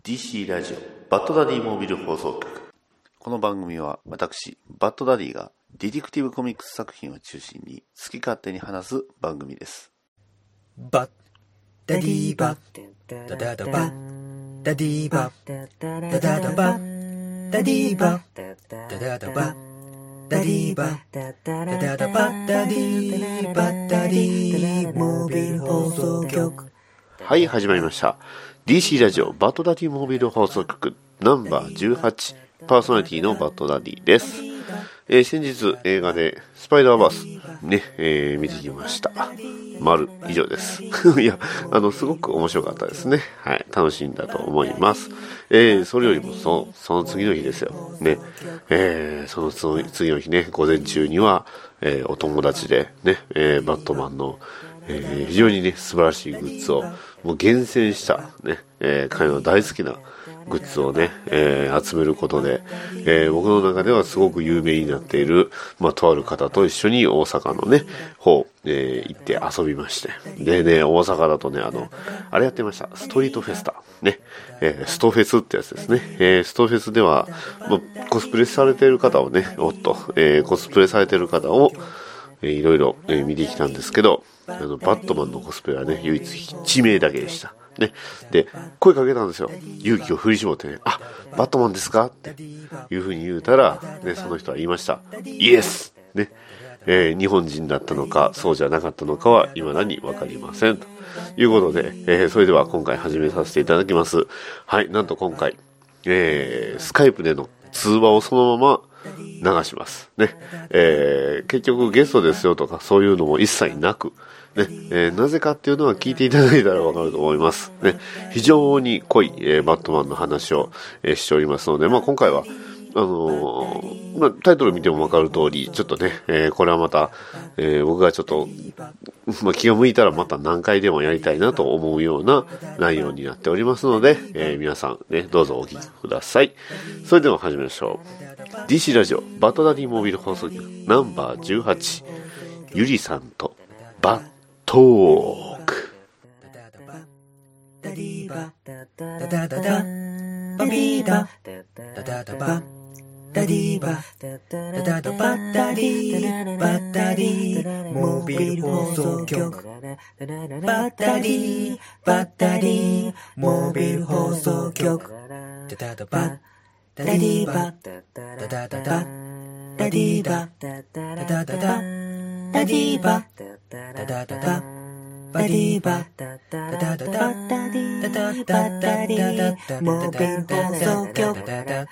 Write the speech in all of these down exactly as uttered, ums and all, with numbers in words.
ディーシー ラジオバッドダディモービル放送局。この番組は私バッドダディがディティクティブコミックス作品を中心に好き勝手に話す番組です。 バッダディバッダダダバッダディバッダダダバッダディバッダダダバッダディバッダダダバッダディバッダディモービル放送局。 はい、始まりました。 ディーシー ラジオバッドダディモービル放送局ナンバーじゅうはち、パーソナリティのバッドダディです。えー、先日映画でスパイダーバースね、えー、見てきました。丸以上ですいや、あのすごく面白かったですね。はい、楽しんだと思います。えー、それよりもそその次の日ですよね。えー、その次の日ね、午前中には、えー、お友達でね、えー、バットマンの、えー、非常にね素晴らしいグッズをもう厳選したね、えー、彼の大好きなグッズをね、えー、集めることで、えー、僕の中ではすごく有名になっている、まあ、とある方と一緒に大阪のね、方、えー、行って遊びまして。でね、大阪だとね、あの、あれやってました。ストリートフェスタ。ね、えー、ストフェスってやつですね。えー、ストフェスでは、まあ、コスプレされている方をね、おっと、えー、コスプレされている方を、えー、いろいろ、えー、見てきたんですけど、あの、バットマンのコスプレはね、唯一いち名だけでした。ね。で、声かけたんですよ。勇気を振り絞ってね、あ、バットマンですかっていう風に言うたら、ね、その人は言いました。イエスね。えー、日本人だったのか、そうじゃなかったのかは未だにわかりません。ということで、えー、それでは今回始めさせていただきます。はい、なんと今回、えー、スカイプでの通話をそのまま流します。ね。えー、結局ゲストですよとかそういうのも一切なく、ねえー、なぜかっていうのは聞いていただいたらわかると思います。ね、非常に濃い、えー、バットマンの話を、えー、しておりますので、まあ、今回は、あのーまあ、タイトル見てもわかる通り、ちょっとね、えー、これはまた、えー、僕がちょっと、まあ、気が向いたらまた何回でもやりたいなと思うような内容になっておりますので、えー、皆さんね、どうぞお聞きください。それでは始めましょう。ディーシー ラジオバッドダディモービル放送局ナンバーじゅうはち、ゆりさんとバットーク。ダディバダダダダバビーダダダダバダディバダダダバダディバダディモービル放送局バダディバダディモービル放送局ダダダバダディバダダダダダディバダダダダダディバダダダダバディバダダダダダダディバダダダダモービル放送局。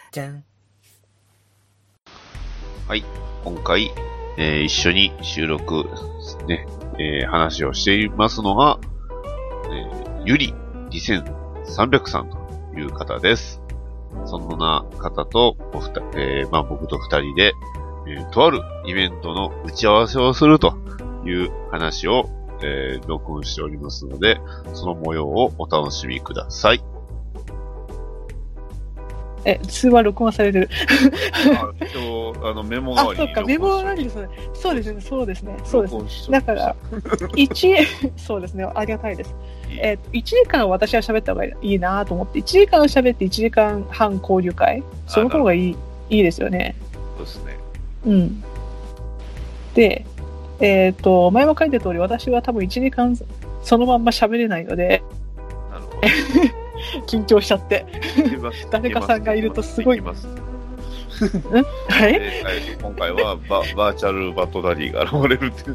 はい、今回、えー、一緒に収録ね、えー、話をしていますのが、えー、ゆりにせんさんびゃくさんという方です。そんな方とお二人、えー、まあ僕と二人で、えー、とあるイベントの打ち合わせをするという話を、えー、録音しておりますので、その模様をお楽しみください。 え、通話録音されてるあ、今日あのメモ代わりに。 あ、そうか、メモ代わりですね。そうですね、そうですね、そうです。だから一そうですね、ありがたいです。えっといちじかん私は喋った方がいいなと思って、いちじかん喋っていちじかんはん交流会、その方がいいいいですよね。 そうですね。 うん。で、えっと前も書いた通り、私は多分いちじかんそのまんま喋れないので。 なるほど。 緊張しちゃって誰かさんがいるとすごい。はい、 えー、今回は バ, バーチャルバッドダディが現れるっていう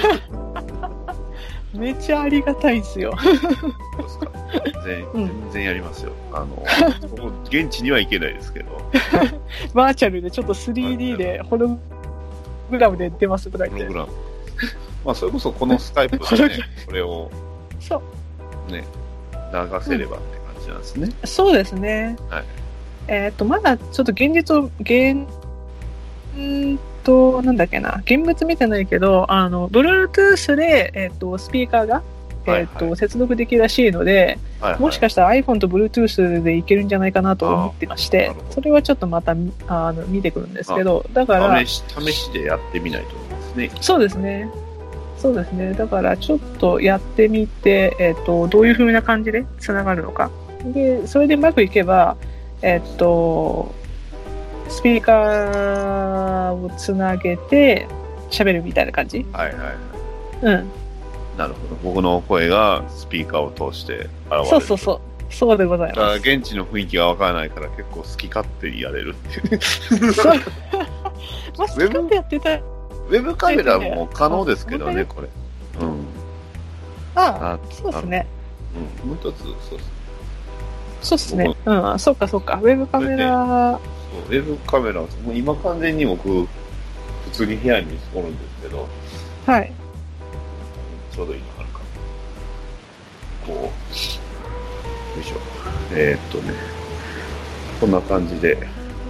めっちゃありがたいですよ。 そうですか。全然、うん、全然やりますよ。あの現地には行けないですけどバーチャルでちょっと スリーディー でホログラムで出ますとか言って、ホログラム、 まあそれこそこのスカイプでねそれをそうね流せればって感じなんですね。 うん、そうですね。 はい。 えっとまだちょっと現実を現んとなんだっけな、現物見てないけど、あの Bluetooth でえっとスピーカーがえっと、はいはい、接続できるらしいので、はいはい、もしかしたら iPhone と Bluetooth でいけるんじゃないかなと思ってまして、それはちょっとまたあの見てくるんですけど、だから試し、試しでやってみないと思いますね。 そうですね。そうですね。だからちょっとやってみて、えっとどういう風な感じでつながるのかで、それでうまくいけば、えっと、スピーカーをつなげて喋るみたいな感じ。 はいはいはい。 うん。 なるほど。僕の声がスピーカーを通して現れる。 そうそうそう。そうでございます。 現地の雰囲気がわからないから結構好き勝手にやれるっていう。 そう。まあ、好き勝手やってた。 ウェブカメラも可能ですけどね、これ。うん。 ああ、そうですね。 うん。もう一つ、そうですね。 そうですね。うん、そうかそうか。ウェブカメラ。 ウェブカメラ、もう今完全に僕、普通に部屋におるんですけど。 はい。 ちょうどいいのあるか。こう、よいしょ。えー、っとね、こんな感じで。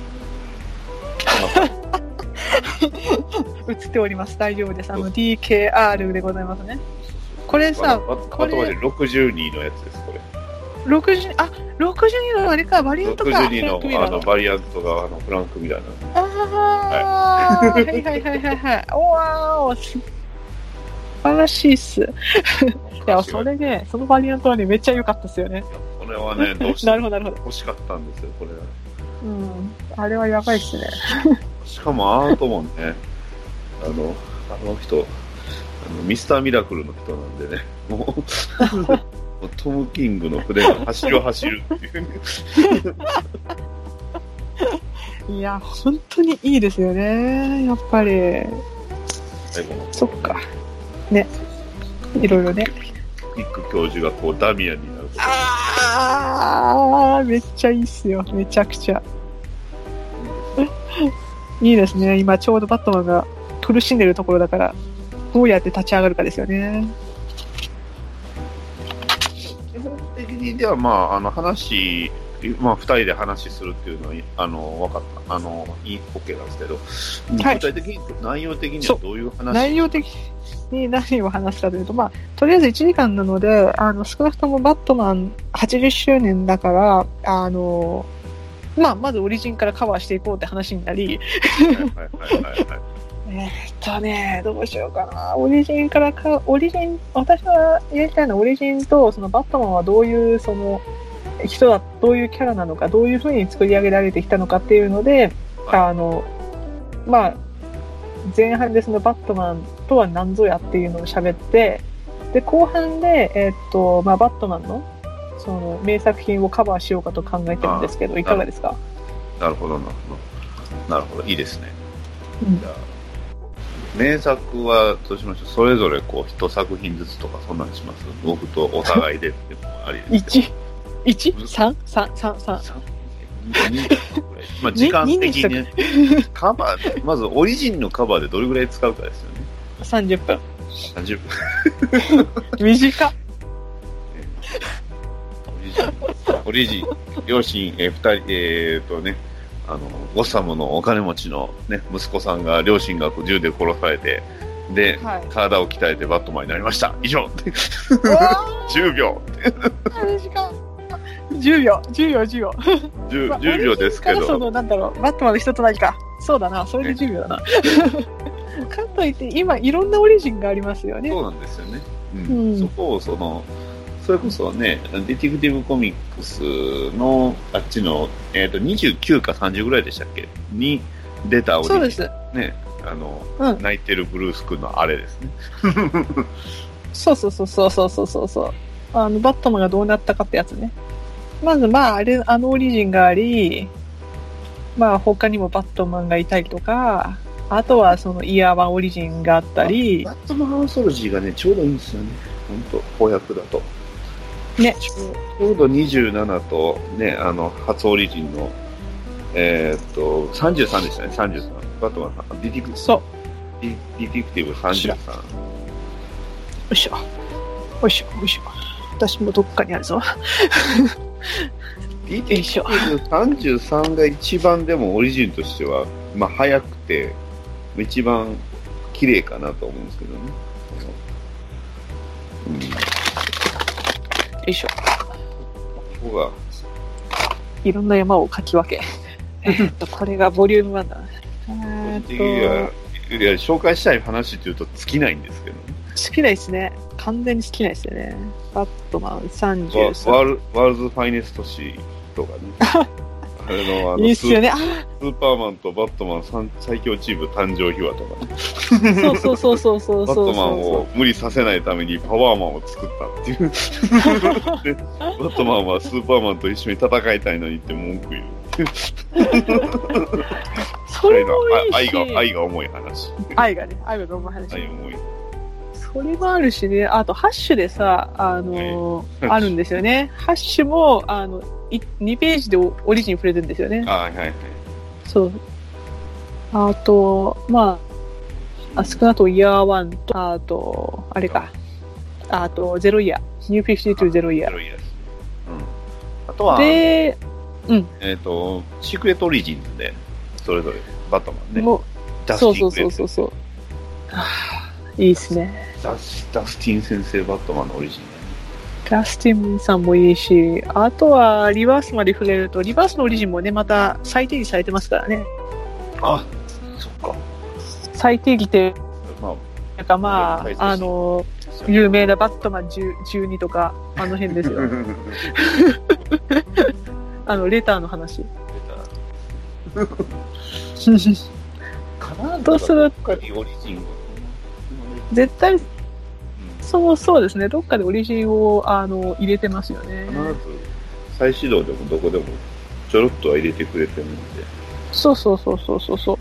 映っております。大丈夫です。あの ディーケーアール でございますね。これさ、 これろくじゅうにのやつです、これ。 ろくじゅう、あ、ろくじゅうにのあれか、バリアントか。 ろくじゅうにのあのバリアントがあのフランクミラーなんで。 ああ、はい、はいはいはいはいはい。おわー、素晴らしいっす。いや、それね、そのバリアントはね、めっちゃ良かったっすよね。 これはね、どうしてなるほどなるほど。 欲しかったんですよ、これは。 うん、あれはやばいっすね。 しかもアートもね、あの、あの人、あのミスターミラクルの人なんでね、もう、トム・キングの筆が走りを走るっていうね。 いや、本当にいいですよね、やっぱり。そっか。ね。いろいろね。 ピック教授がこうダミアンになる。 ああ、めっちゃいいっすよ。めちゃくちゃ。いいですね。今ちょうどバットマンが苦しんでるところだから、どうやって立ち上がるかですよね。 基本的にでは、まあ、あの話、まあ、二人で話するっていうのは、あの、分かった。あの、いい OK なんですけど、はい、具体的に、内容的にはどういう話？ 内容的に何を話すかというと、まあ、とりあえずいちじかんなので、あの、少なくともバットマンはちじゅっしゅうねんだから、あの、まあ、まずオリジンからカバーしていこうって話になり、えっとね、どうしようかな。オリジンからか、オリジン、私はやりたいのはオリジンと、そのバットマンはどういう、その、人だ、どういうキャラなのか、どういう風に作り上げられてきたのかっていうので、はい、あの、まあ、前半でそのバットマンとは何ぞやっていうのを喋って、で、後半で、えー、っと、まあ、バットマンの、その、名作品をカバーしようかと考えてるんですけど、いかがですか？ なるほど、なるほど。なるほど、いいですね。 うん、 じゃあ名作は、どうしましょう。それぞれ、こう、一作品ずつとか、そんなにします？僕とお互いでってもありですけど。 いち ?いち? さん? さん、さん、さん。 まあ、時間的にね、カバー、まずオリジンのカバーでどれぐらい使うかですよね。 さんじゅっぷん。 さんじゅっぷん。 短っ。 オリジン、両親、えー、二人、えー、っとね、あの、ゴッサムのお金持ちのね、息子さんが、両親が銃で殺されて、で、はい、体を鍛えてバットマンになりました。以上じゅうびょう短っ。じゅうびょう、じゅうびょう、じゅうびょう。 じゅう, じゅうびょうですけど。 その、なんだろう、バットマンの人となりか。そうだな、それでじゅうびょうだな。かといって、今、いろんなオリジンがありますよね。 そうなんですよね。うん。うん、そこを、その、それこそね、ディティクティブコミックスの、あっちの、えっと、にじゅうきゅうかさんじゅうぐらいでしたっけに出たオリジン。 そうです。 ね、あの、 うん、 泣いてるブルース君のあれですね。 そうそうそうそうそうそうそう。あの、バットマンがどうなったかってやつね。まず、まあ、あれ、あのオリジンがあり、まあ、他にもバットマンがいたりとか、あとはそのイヤーワンオリジンがあったり。 バットマンアンソロジーがね、ちょうどいいんですよね。本当翻訳だと。 ね。 ちょうどにじゅうななと、ね、あの、初オリジンの、えー、っと、さんじゅうさんでしたね、さんじゅうさん。バットマン、ディティクティブ。 そう。 ディ、ディティクティブさんじゅうさん。よいしょ。よいしょ、よいしょ。私もどっかにあるぞ。 ディティクティブさんじゅうさんが一番でもオリジンとしては、まあ早くて、一番綺麗かなと思うんですけどね。うん、よいしょ。 ここが。 いろんな山をかき分け。えっと、これがボリュームワンだな。 個人的には、 いや、紹介したい話っていうと尽きないんですけど、ね、 好きないですね。完全に好きないですよね。バットマンさんじゅうさん。 ワールワールズファイネストシーとかね。あれのあのいいっすよね。あスーパーマンとバットマン最強チーム誕生秘話とかね。 そうそうそうそうそうそうそう。 バットマンを無理させないためにパワーマンを作ったっていう。でバットマンはスーパーマンと一緒に戦いたいのにって文句言う。 それもいいし。 愛が、愛が重い話。 愛がね、愛が重い話。 愛重い。 それもあるしね、あとハッシュでさ、あのーはい、あるんですよね。ハッシュも、あの、にページでオリジン触れてるんですよね。 あはいはい。 そう。あと、まあ、少なくともイヤーワンと、あと、あれか。あと、ゼロイヤー。ニューフィフティーツーゼロイヤー。ゼロイヤーです。 うん。あとは、 で、うん。 えっ、ー、と、シークレットオリジンズで、それぞれ、バットマンね。 もうそうそうそうそうそう。はぁ、いいっすね。 ダス、ダスティン先生バットマンのオリジン。 ダスティンさんもいいし、あとはリバースまで触れると、リバースのオリジンもね、また再定義されてますからね。 あ、そっか。 再定義って、 まあ、 なんかまあ、あの、有名なバットマンじゅう、じゅうにとか、あの辺ですよ。あの、レターの話。レター。かなとすると、絶対、そうそうですね。どっかでオリジンをあの入れてますよね。 必ず再始動でもどこでもちょろっとは入れてくれてるんで。 そうそうそうそうそうそう。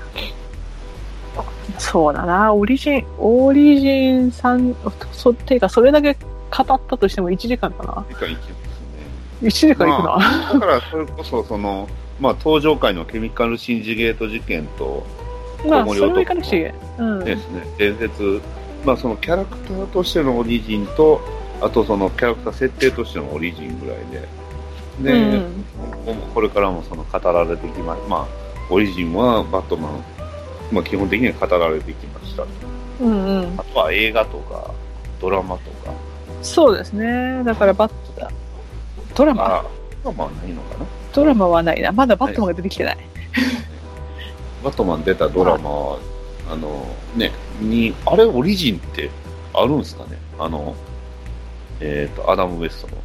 そうだな。オリジンオリジンさんそっていうかそれだけ語ったとしてもいちじかんかな。 いちじかんいきますね。 いちじかんいくな。 まあ、だからそれこそそのまあ登場回のケミカルシンジゲート事件とまあそれもいかなくちゃいけない。うん。 ですね。伝説。まあそのキャラクターとしてのオリジンと、あとそのキャラクター設定としてのオリジンぐらいで、で、うん、これからもその語られてきま、まあオリジンはバットマン、まあ基本的には語られてきました。 うんうん。 あとは映画とかドラマとか。 そうですね。だからバットドラマ。 ドラマはないのかな。 ドラマはないな。まだバットマンが出てきてない。 バットマン出たドラマは。あのね、に、あれオリジンってあるんですかね、あの、えっ、ー、と、アダム・ウエストの。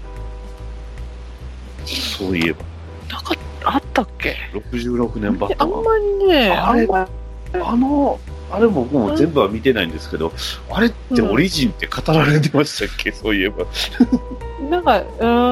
そういえば。 なんか、あったっけ ? ろくじゅうろくねんバットマン。 あんまりね、 あれ、あ, あの、あれももう全部は見てないんですけど、あれってオリジンって語られてましたっけ、うん、そういえば。 なんか、う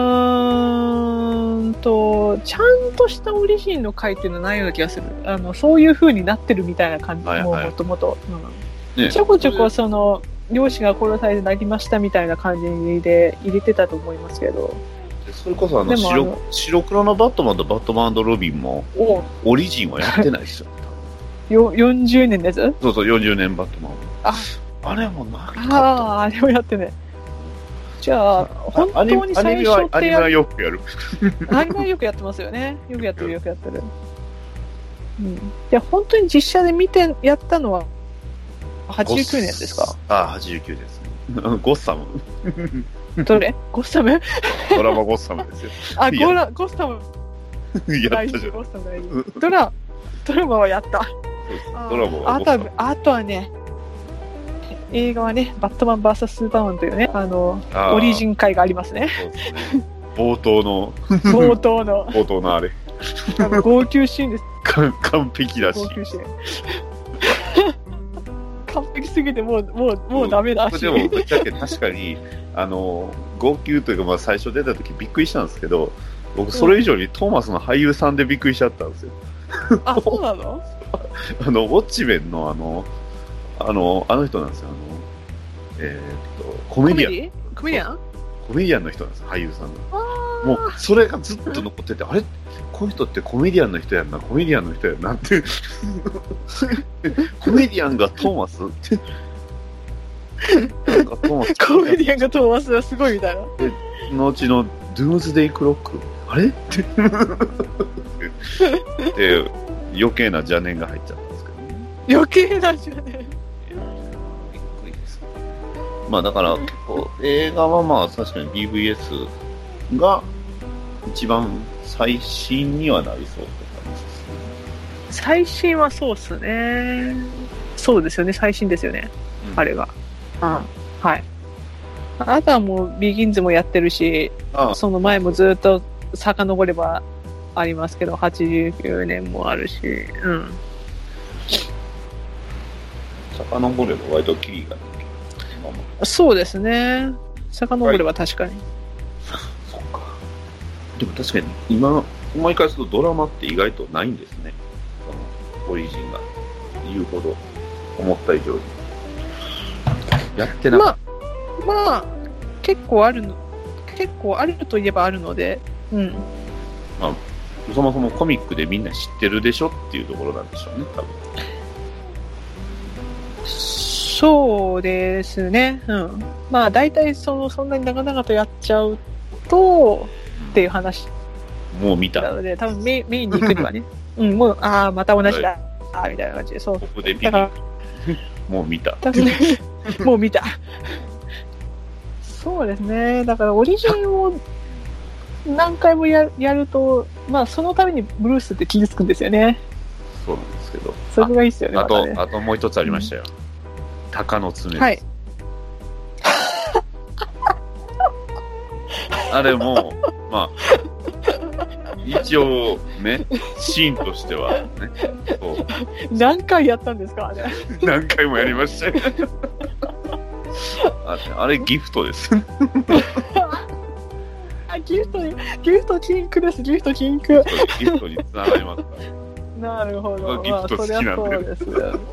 ーんと、ちゃんとしたオリジンの回っていうのはないような気がする。あの、そういう風になってるみたいな感じ、はいはい、もともと。ちょこちょこその、漁師が殺されて泣きましたみたいな感じで入れてたと思いますけど。 それこそあの、あの 白, 白黒のバットマンとバットマン&ロビンも、オリジンはやってないですよ。 よよんじゅうねんです。 そうそう、よんじゅうねんバットマン。 あ、 あれもなかった。 ああ、あれもやってね。じゃあ、本当に最初ってアニメはよくやる。 アニメはよくやってますよね。よくやってる、よくやってる。うん。で、本当に実写で見て、やったのは、はちじゅうきゅうねんですか？ ああ、はちじゅうきゅうですね。ゴッサム。 どれ？ゴッサム？ ドラマゴッサムですよ。 あ、ゴラ、ゴッサム。 やったじゃん。 ゴッサム大事。ドラ、ドラマはやった。 ドラマはあとは、あとはね、映画はね、バットマン ブイエス スーパーマンというね、あの、あオリジン回がありますね。 そうですね。冒頭の、 冒頭の、 冒頭のあれ。 あの号泣シーンです。 完璧だし。 号泣シーン。完璧すぎてもう、もう、もうダメだし。 でも、ぶっちゃけ確かに、あの、号泣というか、まあ最初出た時びっくりしたんですけど、僕それ以上にトーマスの俳優さんでびっくりしちゃったんですよ。 あ、そうなの？ あの、ウォッチメンのあの、あの、あの人なんですよ。あの、えー、っと、コメディアン。 コメディアン？ コメディアンの人なんです、俳優さんが。もう、それがずっと残ってて、あれこの人ってコメディアンの人やんな、コメディアンの人やんなって。コメディアンがトーマスって。なんかトーマス。 コメディアンがトーマスはすごいみたいな。 で、後のドゥームズデイクロック。あれって。で、余計な邪念が入っちゃったんですけどね。 余計な邪念。びっくりです。まあだから結構映画はまあ確かに ビーブイエス が一番最新にはなりそうって感じですね。 最新はそうっすね。そうですよね、最新ですよね、うん、あれが。うん、はい。あとはもうビギンズもやってるし、ああその前もずっと遡ればありますけど、はちじゅうきゅうねんもあるし、うん。 遡れば割とキリがいい。 そうですね。遡れば確かに。 そっか。でも確かに今思い返すとドラマって意外とないんですね。そのオリジンが言うほど思った以上にやってなかった。 まあ、まあ、結構あるの、結構あるといえばあるので、うん。 まあ、そもそもコミックでみんな知ってるでしょっていうところなんでしょうね、多分。 そうですね。うん。まあ、大体その、そんなに長々とやっちゃうと、っていう話。 もう見た。 なので、多分メインに行くにはね。うん、もう、ああ、また同じだ。ああ、みたいな感じで、そう。 ここで見た。もう見た。 もう見た。そうですね。だからオリジンを何回も や, やると、まあそのためにブルースって傷つくんですよね。 そうなんですけど。 そこがいいですよね。 あ, あと、 ね、 あともう一つありましたよ。うん、鷹の爪です。 はい。 あれも、まあ、一応ね、シーンとしてはね。そう何回やったんですかあれ。 何回もやりましたよ。あ, あれギフトです。 あ、ギフトに、ギフト禁句です。ギフト禁句。 ギフトにつながりますかなるほど。 ギフト好きなんで。 まあ、そりゃそうです。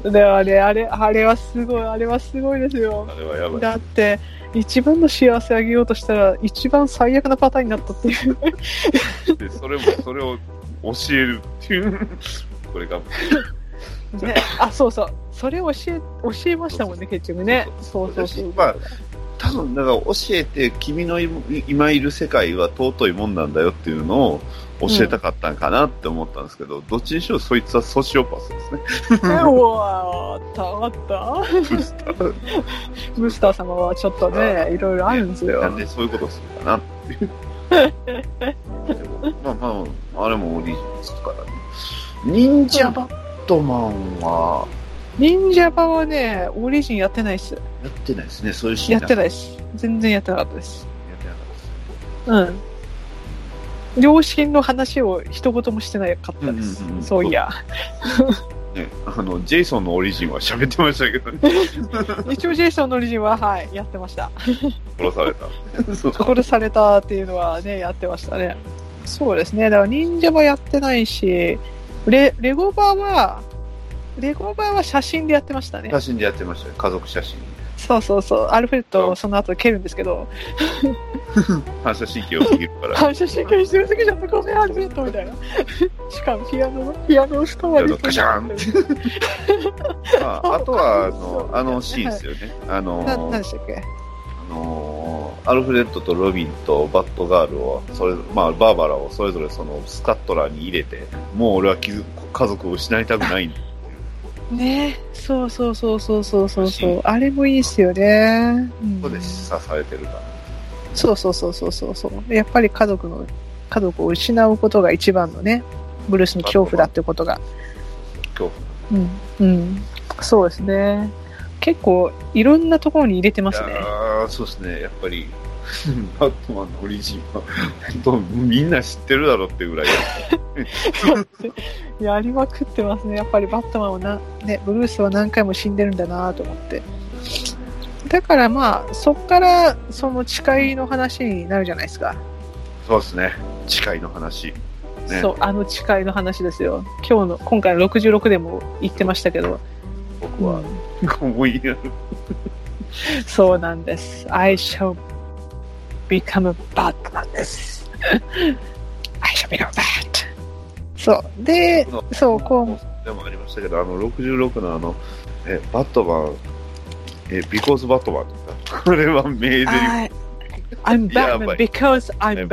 でもね、あれ、あれはすごい、あれはすごいですよ。 あれはやばい。 だって、一番の幸せあげようとしたら、一番最悪なパターンになったっていう。 で、それも、それを教えるっていう、これが。 ね、あ、そうそう。それを教え、教えましたもんね、結局ね。そうそうそう。 まあ、多分、だから教えて、君の今いる世界は尊いもんなんだよっていうのを教えたかったんかなって思ったんですけど、うん、どっちにしろそいつはソシオパスですね。 うわー、たまったブスター。ブスター様はちょっとね、いろいろあるんですよ。 なんでそういうことするかなっていう。でもまあまあ、あれもオリジンですからね。忍者バットマンは、 忍者版はね、オリジンやってないっす。 やってないですね、そういうシーン。 やってないっす。全然やってなかったです。 やってなかったです。 うん。両親の話を一言もしてなかったです。うんうんうん、そういや。 ね、あの、ジェイソンのオリジンは喋ってましたけどね。 一応ジェイソンのオリジンは、はい、やってました。 殺された。 殺されたっていうのはね、やってましたね。そうですね。だから忍者はやってないし、レ、レゴバは、レゴバは写真でやってましたね。 写真でやってましたね。家族写真。 そうそうそう。アルフレッドをその後蹴るんですけど。 反射神経をすぎるから。 反射神経してるすぎちゃって、ごめん、アルフレッドみたいな。しかもピアノの、ピアノをストーリーガシャンって。あ, あとは、あの、あのシーンですよね。はい、あのー、 な、何でしたっけあのー、アルフレッドとロビンとバットガールを、それ、まあ、バーバラをそれぞれそのスカットラーに入れて、もう俺は家族を失いたくないんだ。 ね、そうそうそうそうそうそうそうあれもいいっすよね。 ここで示唆されてるから、 そうそうそうそうそうそうやっぱり家族の家族を失うことが一番のねブルースの恐怖だってことが恐怖うんうんそうですね結構いろんなところに入れてますね。 ああそうですねやっぱりバットマンのオリジンは本当みんな知ってるだろうってぐらいやりまくってますねやっぱりバットマンはな、ね、ブルースは何回も死んでるんだなと思ってだからまあそっからその誓いの話になるじゃないですか。 そうですね誓いの話、ね、 そうあの誓いの話ですよ。今日の今回のろくじゅうろくでも言ってましたけど僕は思いやるそうなんです I shall become a Batman です。I shall become that。そうで、そうこうでもありましたけど、あのろくじゅうろくのあのえバットマンえ because バットマンこれは名台詞。 I'm Batman because I'm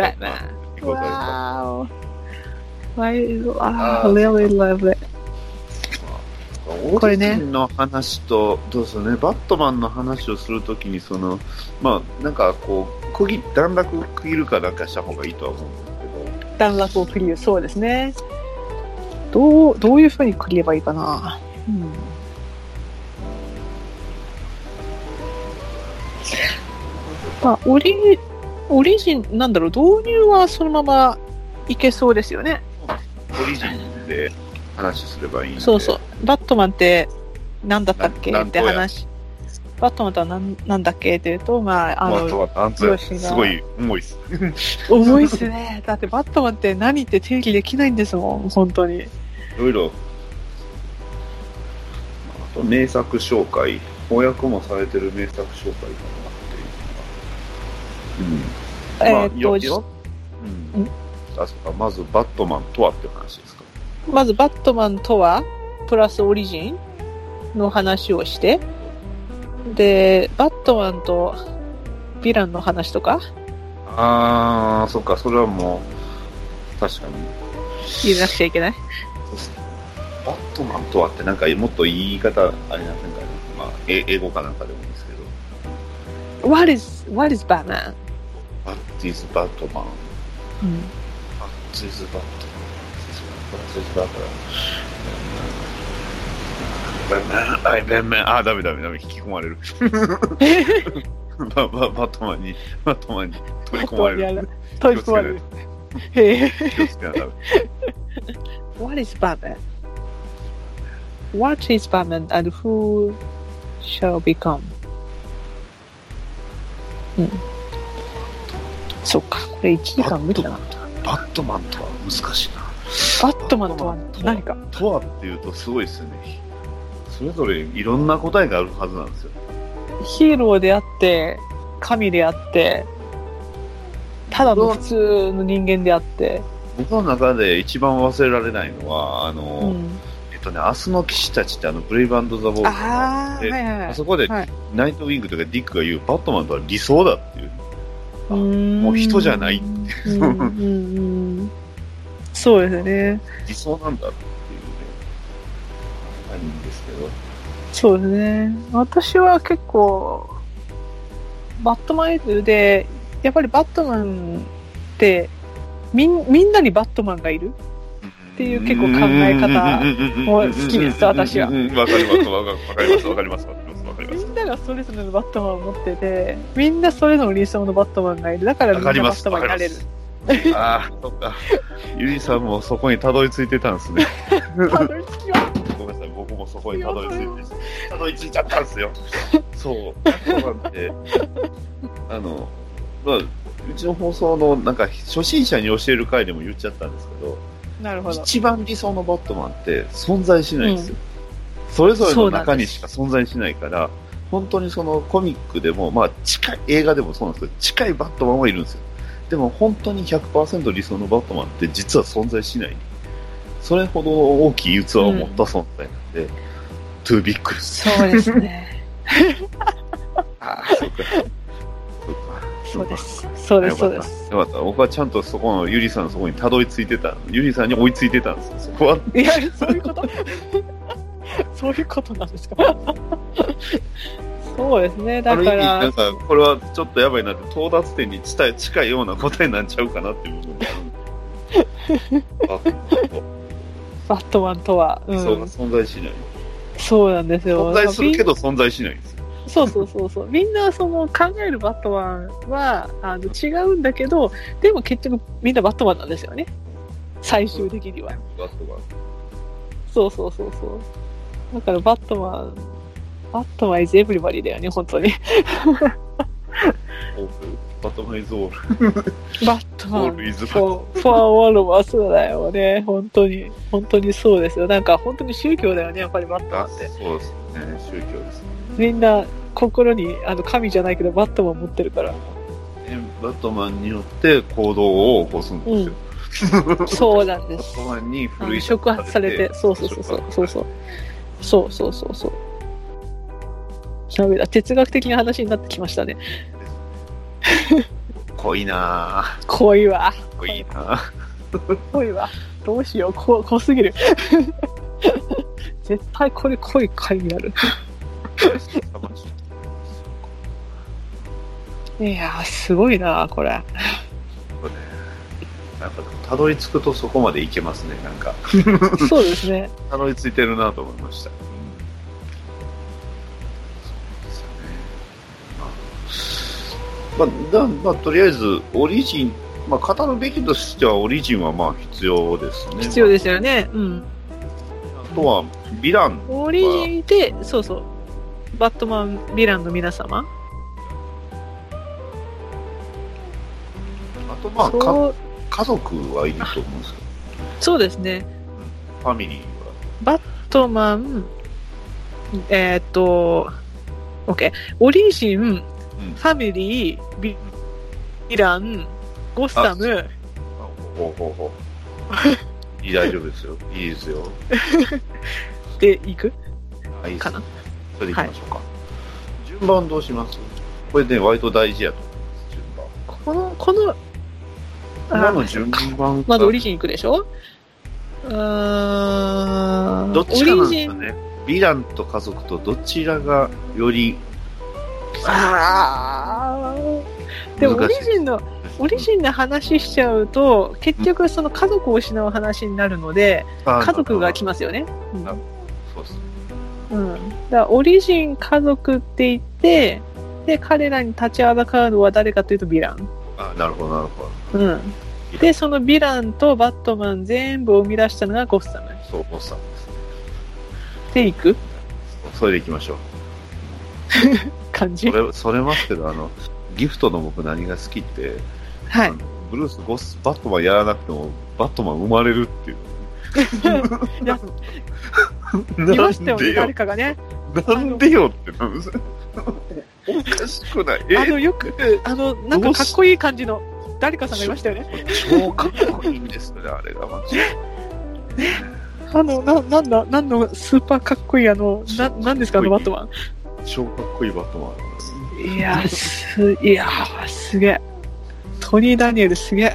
Batman。Wow。I really love it。 これね。の話とどうするねバットマンの話をするときにそのまあなんかこう区切段落区切るかなんかした方がいいとは思うんですけど。 段落を区切るそうですね。 どう、どういう風に区切ればいいかな。うん。まあ、オリ、オリジン、なんだろう、導入はそのままいけそうですよね。 オリジンで話すればいいんで。 そうそう。バットマンって何だったっけって話。バットマンとは何、なんだっけって言うと、まあ、あの、 上司がすごい重いっす。 重いっすね。だってバットマンって何って定義できないんですもん、本当に。いろいろ。あと、名作紹介。翻訳もされてる名作紹介かなっていうのが。うん。えー、っと、まあ、うん。あ、そうか。まず、バットマンとはっていう話ですか。 まず、バットマンとは、プラスオリジンの話をして、で、バットマンとヴィランの話とか。 あー、そっか、それはもう、確かに。 言えなくちゃいけない。 バットマンとはってなんかもっと言い方ありませんかね。まあ、英語かなんかでもいいんですけど。 What is, what is Batman? What is Batman? うん。 What is Batman? What is Batman? バイベンメン、あ、ダメダメダメ、引き込まれる。バ, バ, バットマンに、バットマンに取り込まれる。 取り込まれる。へえ。 気をつけなダメ。 What is Batman? What is Batman and who shall become? うん。そっか、これいちじかん無理だな。 バットマンとは難しいな。 バットマンとは何か。 とはっていうとすごいですよね。それぞれいろんな答えがあるはずなんですよ。 ヒーローであって、神であって、ただの普通の人間であって。 僕の中で一番忘れられないのは、あの、うん、えっとね、明日の騎士たちってあの、ブレイブ&ザ・ボールがあって、はいはいはい、あそこで、はい、ナイトウィングとかディックが言う、バットマンとは理想だっていう。うもう人じゃないっていう。うんうんうん、 そうですね。 理想なんだっていうね。ないんですけど。 そうですね。私は結構、バットマンで、やっぱりバットマンって、みん、みんなにバットマンがいるっていう結構考え方も好きです、私は。わかります、わかります、わかります、わかります、わかります。 みんながそれぞれのバットマンを持ってて、みんなそれぞれの理想のバットマンがいる。だからみんなバットマンになれる。 ああ、そっか。ゆりさんもそこにたどり着いてたんですね。 たどり着きました。 ごめんなさい、僕もそこにたどり着いて、たどり着いちゃったんですよ。そう。そうなんで、あの、まあ、うちの放送の、なんか、初心者に教える回でも言っちゃったんですけど、 なるほど。 一番理想のバットマンって存在しないんですよ。うん、それぞれの中にしか存在しないから、本当にそのコミックでも、まあ、近い、映画でもそうなんですけど、近いバットマンはいるんですよ。でも本当に ひゃくパーセント 理想のバットマンって実は存在しない。それほど大きい器を持った存在なんで、うん、トゥービッグです。 そうですね。 ああ、そうか。 そうです。そうです、そうです。 よかった。僕はちゃんとそこのゆりさんのそこにたどり着いてた。ゆりさんに追いついてたんですよ。そこは。 いや、そういうことそういうことなんですかそうですね。だから。 なんか、これはちょっとやばいなって、到達点に近い、近いような答えになっちゃうかなっていう部分がある。 バットマンとは。 うん、そう、存在しない。 そうなんですよ。 存在するけど存在しないんですよ。 そうそうそうそう。みんなその考えるバットマンはあの違うんだけど、でも結局みんなバットマンなんですよね。最終的には。 バットマン。 そうそうそうそう。だからバットマン、バットマン is everybody だよね、本当に。 バットマン is all. バットマン for, for all of us だよね、本当に。本当にそうですよ。なんか本当に宗教だよね、やっぱりバットマンって。 そうですね、宗教ですね。 みんな心にあの神じゃないけどバットマン持ってるから。 バットマンによって行動を起こすんですよ。 うん、そうなんです。 バットマンに古い触発されて、そうそうそうそうそうそうそうそうそうそう。ダメだ、哲学的な話になってきましたね。 濃いなぁ。 濃いわ。 濃いなぁ。 濃いわ。どうしよう、こ濃すぎる。絶対これ濃い回になる。いやー、すごいなこれ。 やっぱたどり着くとそこまでいけますね、なんかそうですね。 たどり着いてるなと思いました。まあ、だまあ、とりあえずオリジン、まあ、語るべきとしてはオリジンはまあ必要ですね。 必要ですよね。うん。 あとはヴィラン。 オリジンで、そうそう。バットマン、ヴィランの皆様。 あとまあか家族はいると思うんですけど。 そうですね。 ファミリーは。 バットマン、えー、っと、OK。オリジン、うん、ファミリー、ヴィラン、ゴッサム。 ほうほうほう。いい、大丈夫ですよ。いいですよ。 で、いくあ、いいですかな。 それでいきましょうか。はい、順番どうします？これね、割と大事やと思います。 順番。この、この、 今の順番まずオリジンいくでしょ。うーん。 どっちかなんですよね。ヴィランと家族とどちらがより。 ああ。でもオリジンの、オリジンの話しちゃうと、結局その家族を失う話になるので、家族が来ますよね。うん、 そうですね。 うん。だからオリジン家族って言って、で、彼らに立ちはだかるのは誰かというとヴィラン。 あ、なるほど、なるほど。 うん。で、そのヴィランとバットマン全部を生み出したのがゴッサム。 そう、ゴッサムですね。 で、いく？ それでいきましょう。 感じ？ それ、それますけど、あの、ギフトの僕何が好きって、 はい。 ブルース、ゴス、バットマンやらなくても、バットマン生まれるっていう。 いや、言いましたよね、誰かがね。 なんでよってなんですおかしくない。 あの、よく、あの、なんかかっこいい感じの、誰かさんがいましたよね。 超かっこいいんですよね、あれがマジで。 あの、な、なんだ、なんのスーパーかっこいい、あの、な、なんですか、あのバットマン。 超かっこいいバットマン。いや、す、いや、すげえ。トニー・ダニエルすげえ。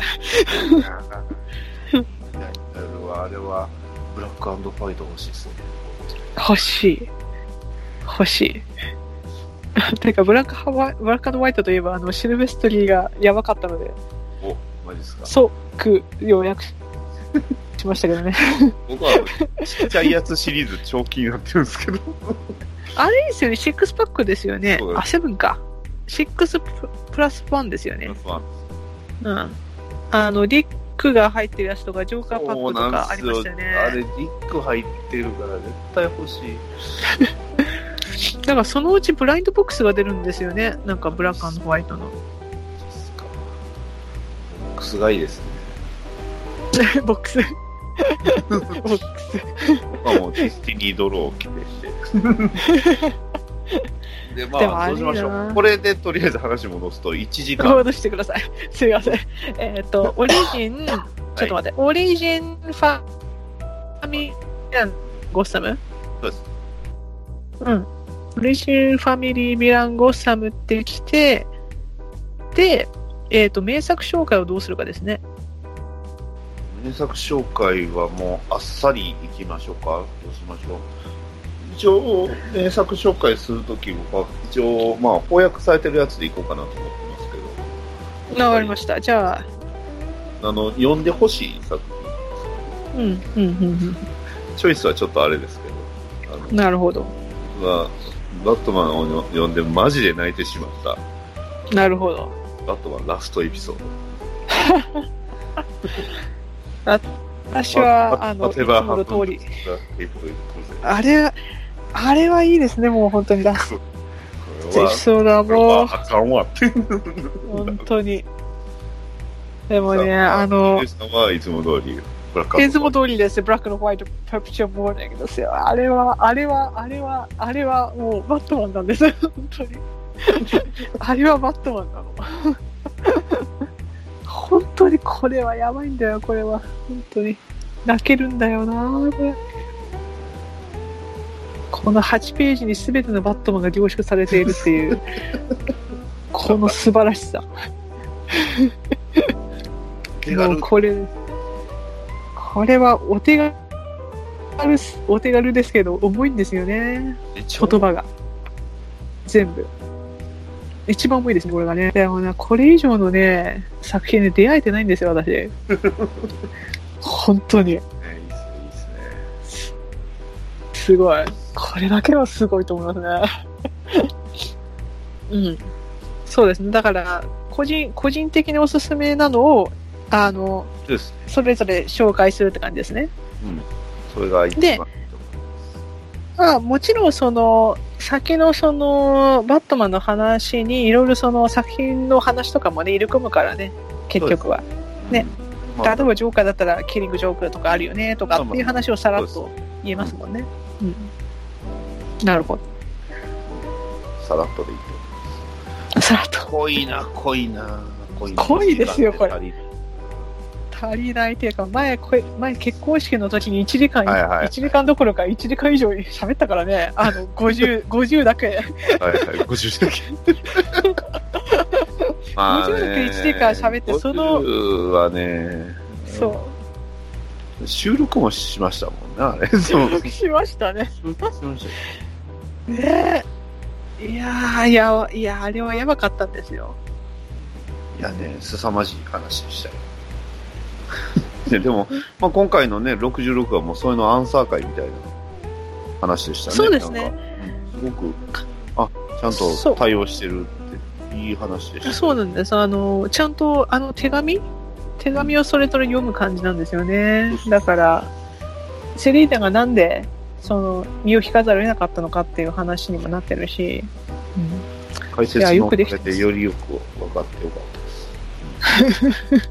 あれは、ブラック&ファイト欲しいですね。 欲しい。欲しい。てか、ブラックハワイ、ブラック&ホワイトといえば、あの、シルベストリーがやばかったので。 お、マジですか。 即、要約しましたけどね。 僕は、ちっちゃいやつシリーズ超気になってるんですけど。 あれですよね、シックスパックですよね。あ、セブンか。シックスプラスワンですよね。 プラスワン。 うん。あの、リックが入ってるやつとか、ジョーカーパックとかありましたよね。 あれ、リック入ってるから絶対欲しい。 だからそのうちブラインドボックスが出るんですよね。なんかブラック&ホワイトの。ボックスがいいですね。ボックス。ボックス。 まあもうディスティニードローを決めして。で、まあ、どうしましょう。これでとりあえず話戻すといちじかん。 戻してください。すいません。えっと、オリジン、ちょっと待って、オリジンファミリーゴッサム？ そうです。 うん。オリジンファミリーヴィランゴッサムってきて、で、えっと、名作紹介をどうするかですね。 名作紹介はもうあっさりいきましょうか。どうしましょう。一応、名作紹介するときは、一応、まあ、翻訳されてるやつでいこうかなと思ってますけど。 わかりました。じゃあ、あの、読んでほしい作品。うん、うん、うん、うん。 チョイスはちょっとあれですけど。あのなるほど。 僕が、バットマンを読んでマジで泣いてしまった。 なるほど。 バットマンラストエピソード。あ私は、あの、いつもの通り。あれ、あれはいいですね、もう本当に。ラストエピソードはもう、 あかんわって。 本当に。でもね、あの、 いつも通り、 いつも通りです。ブラックのホワイト、パプチョンモーニングですよ。あれは、あれは、あれは、あれは、もう、バットマンなんです。本当に。あれはバットマンなの。本当にこれはやばいんだよ、これは。本当に。泣けるんだよなぁ。このはちページに全てのバットマンが凝縮されているっていう、この素晴らしさ。もうこれ、これはお手軽、お手軽ですけど、重いんですよね。言葉が。全部。 一番重いですね、これがね。でもね、これ以上のね、作品に出会えてないんですよ、私。本当に。 いいっすね、いいっすね。 すごい。これだけはすごいと思いますね。うん。そうですね。だから、個人、個人的におすすめなのを、あの、 そうですね。 それぞれ紹介するって感じですね。 うん。それが一番いいと思いまあ、もちろんその先のそのバットマンの話にいろいろその作品の話とかもね入れ込むからね、結局はね、 ます。 例えばジョーカーだったらキリングジョーカーとかあるよねとかっていう話をさらっと言えますもんね。うん、なるほど。 さらっとでいいと。 さらっと濃いな、濃いな、濃いな。 濃いですよこれ。 足り足りないっていうか、前、前結婚式の時にいちじかん、 はいはい、 いちじかんどころかいちじかん以上喋ったからね、あの、ごじゅう、ごじゅうだけ。はいはい、ごじゅうだけ。 まあね、ごじゅうだけいちじかん喋って、その。 ごじゅうはね、 そう。 収録もしましたもんね、あれ。 収録しましたね。 収録しましたねえ。いやー、いや、いや、あれはやばかったんですよ。 いやね、凄まじい話でしたよ。で, でも、まあ、今回のねろくじゅうろくはもうそういうのアンサー会みたいな話でしたね。 そうですね。 なんかすごくあちゃんと対応してるっていい話でした、ね。 そうなんです。あのちゃんとあの手紙手紙をそれぞれ読む感じなんですよね。だからセリータがなんでその身を引かざるを得なかったのかっていう話にもなってるし、うん、 解説もされてよりよく分かってよかったです。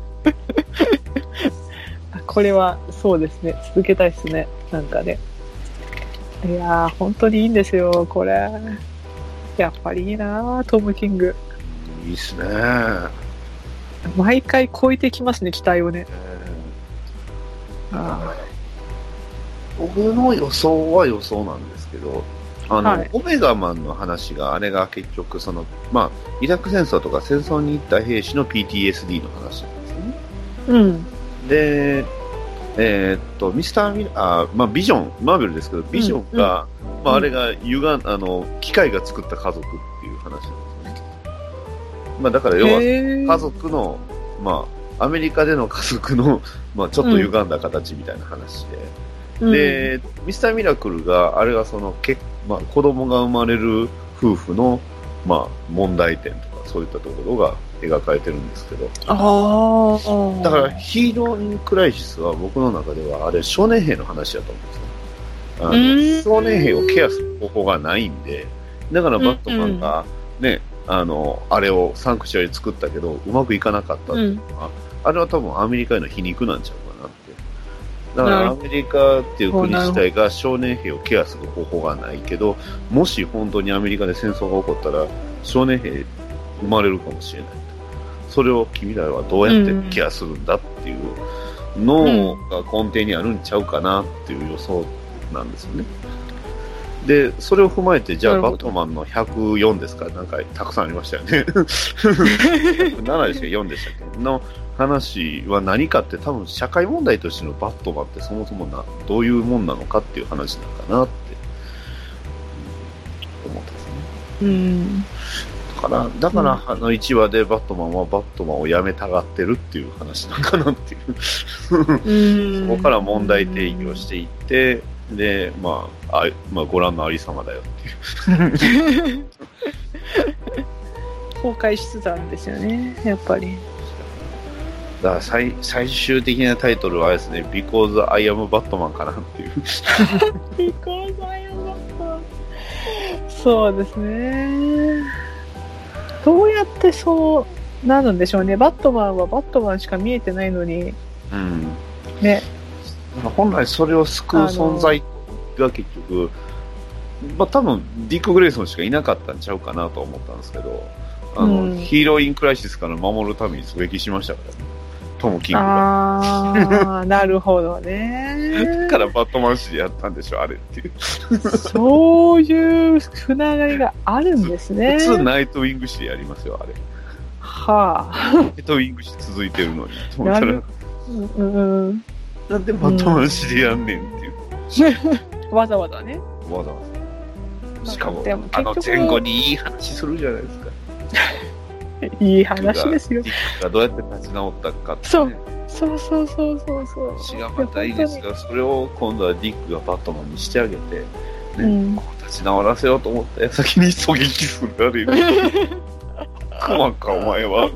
これはそうですね、続けたいですね、なんかね。いやー本当にいいんですよこれ。やっぱりいいなトム・キング。 いいっすね。 毎回超えてきますね、期待をね。 えー、あ僕の予想は予想なんですけど、あの、はい、オメガマンの話が、あれが結局その、まあ、イラク戦争とか戦争に行った兵士の ピーティーエスディー の話なんですよね。 うん。 で、えー、っと、ミスターミラー、まあ、ビジョン、マーベルですけど、ビジョンが、うん、まあ、あれが、ゆが、あの、機械が作った家族っていう話なんですね。まあ、だから要は、家族の、まあ、アメリカでの家族の、まあ、ちょっと歪んだ形みたいな話で、うん、で、ミスターミラクルが、あれがその、けまあ、子供が生まれる夫婦の、まあ、問題点とか、そういったところが描かれてるんですけど。 ああ。 だからヒーローインクライシスは僕の中ではあれ少年兵の話だと思うんですね。あの少年兵をケアする方法がないんで、だからバットマンがね、うんうん、あの、あれをサンクチュアリ作ったけどうまくいかなかったっていうのは、うん、あれは多分アメリカへの皮肉なんちゃうかなって。だからアメリカっていう国自体が少年兵をケアする方法がないけど、もし本当にアメリカで戦争が起こったら少年兵生まれるかもしれない。それを君らはどうやってケアするんだっていうのが根底にあるんちゃうかなっていう予想なんですよね。で、それを踏まえて、じゃあバットマンのひゃくよんですか、なんかたくさんありましたよね。ひゃくななでしたっけ、よんでしたっけの話は何かって、多分社会問題としてのバットマンってそもそもなどういうもんなのかっていう話なのかなって思ったんですね。うんだから、だから、あのいちわでバットマンはバットマンをやめたがってるっていう話なんかなっていう。そこから問題定義をしていって、で、まあ、あまあ、ご覧のありさまだよっていう。 崩壊しつつあるんですよね、やっぱり。 だから最、最終的なタイトルはですね、Because I am Batman かなっていう。 Because I am Batman。そうですね。どうやってそうなるんでしょうね。バットマンはバットマンしか見えてないのに、 うん、 ね。 本来それを救う存在が結局、まあ多分ディック・グレイソンしかいなかったんちゃうかなと思ったんですけど、あの、うん、ヒーローインクライシスから守るために狙撃しましたからね。トム・キングが。 ああ、なるほどね。 だからバットマン誌でやったんでしょ、あれっていう。 そういうつながりがあるんですね。 普通ナイトウィング誌でやりますよ、あれ。 はあ。 ナイトウィング誌続いてるのに。と思ったら、 うんうん、 なんでバットマン誌でやんねんっていう。 うん、わざわざね。 わざわざ。しかも、あの前後にいい話するじゃないですか。 いい話ですよ。 ディックがどうやって立ち直ったかって、ね。 そう。そうそうそうそうそう。 詩がまたいいですが、それを今度はディックがバットマンにしてあげて、ね、 うん、 こう立ち直らせようと思った矢先に狙撃するあれ怖かお前は。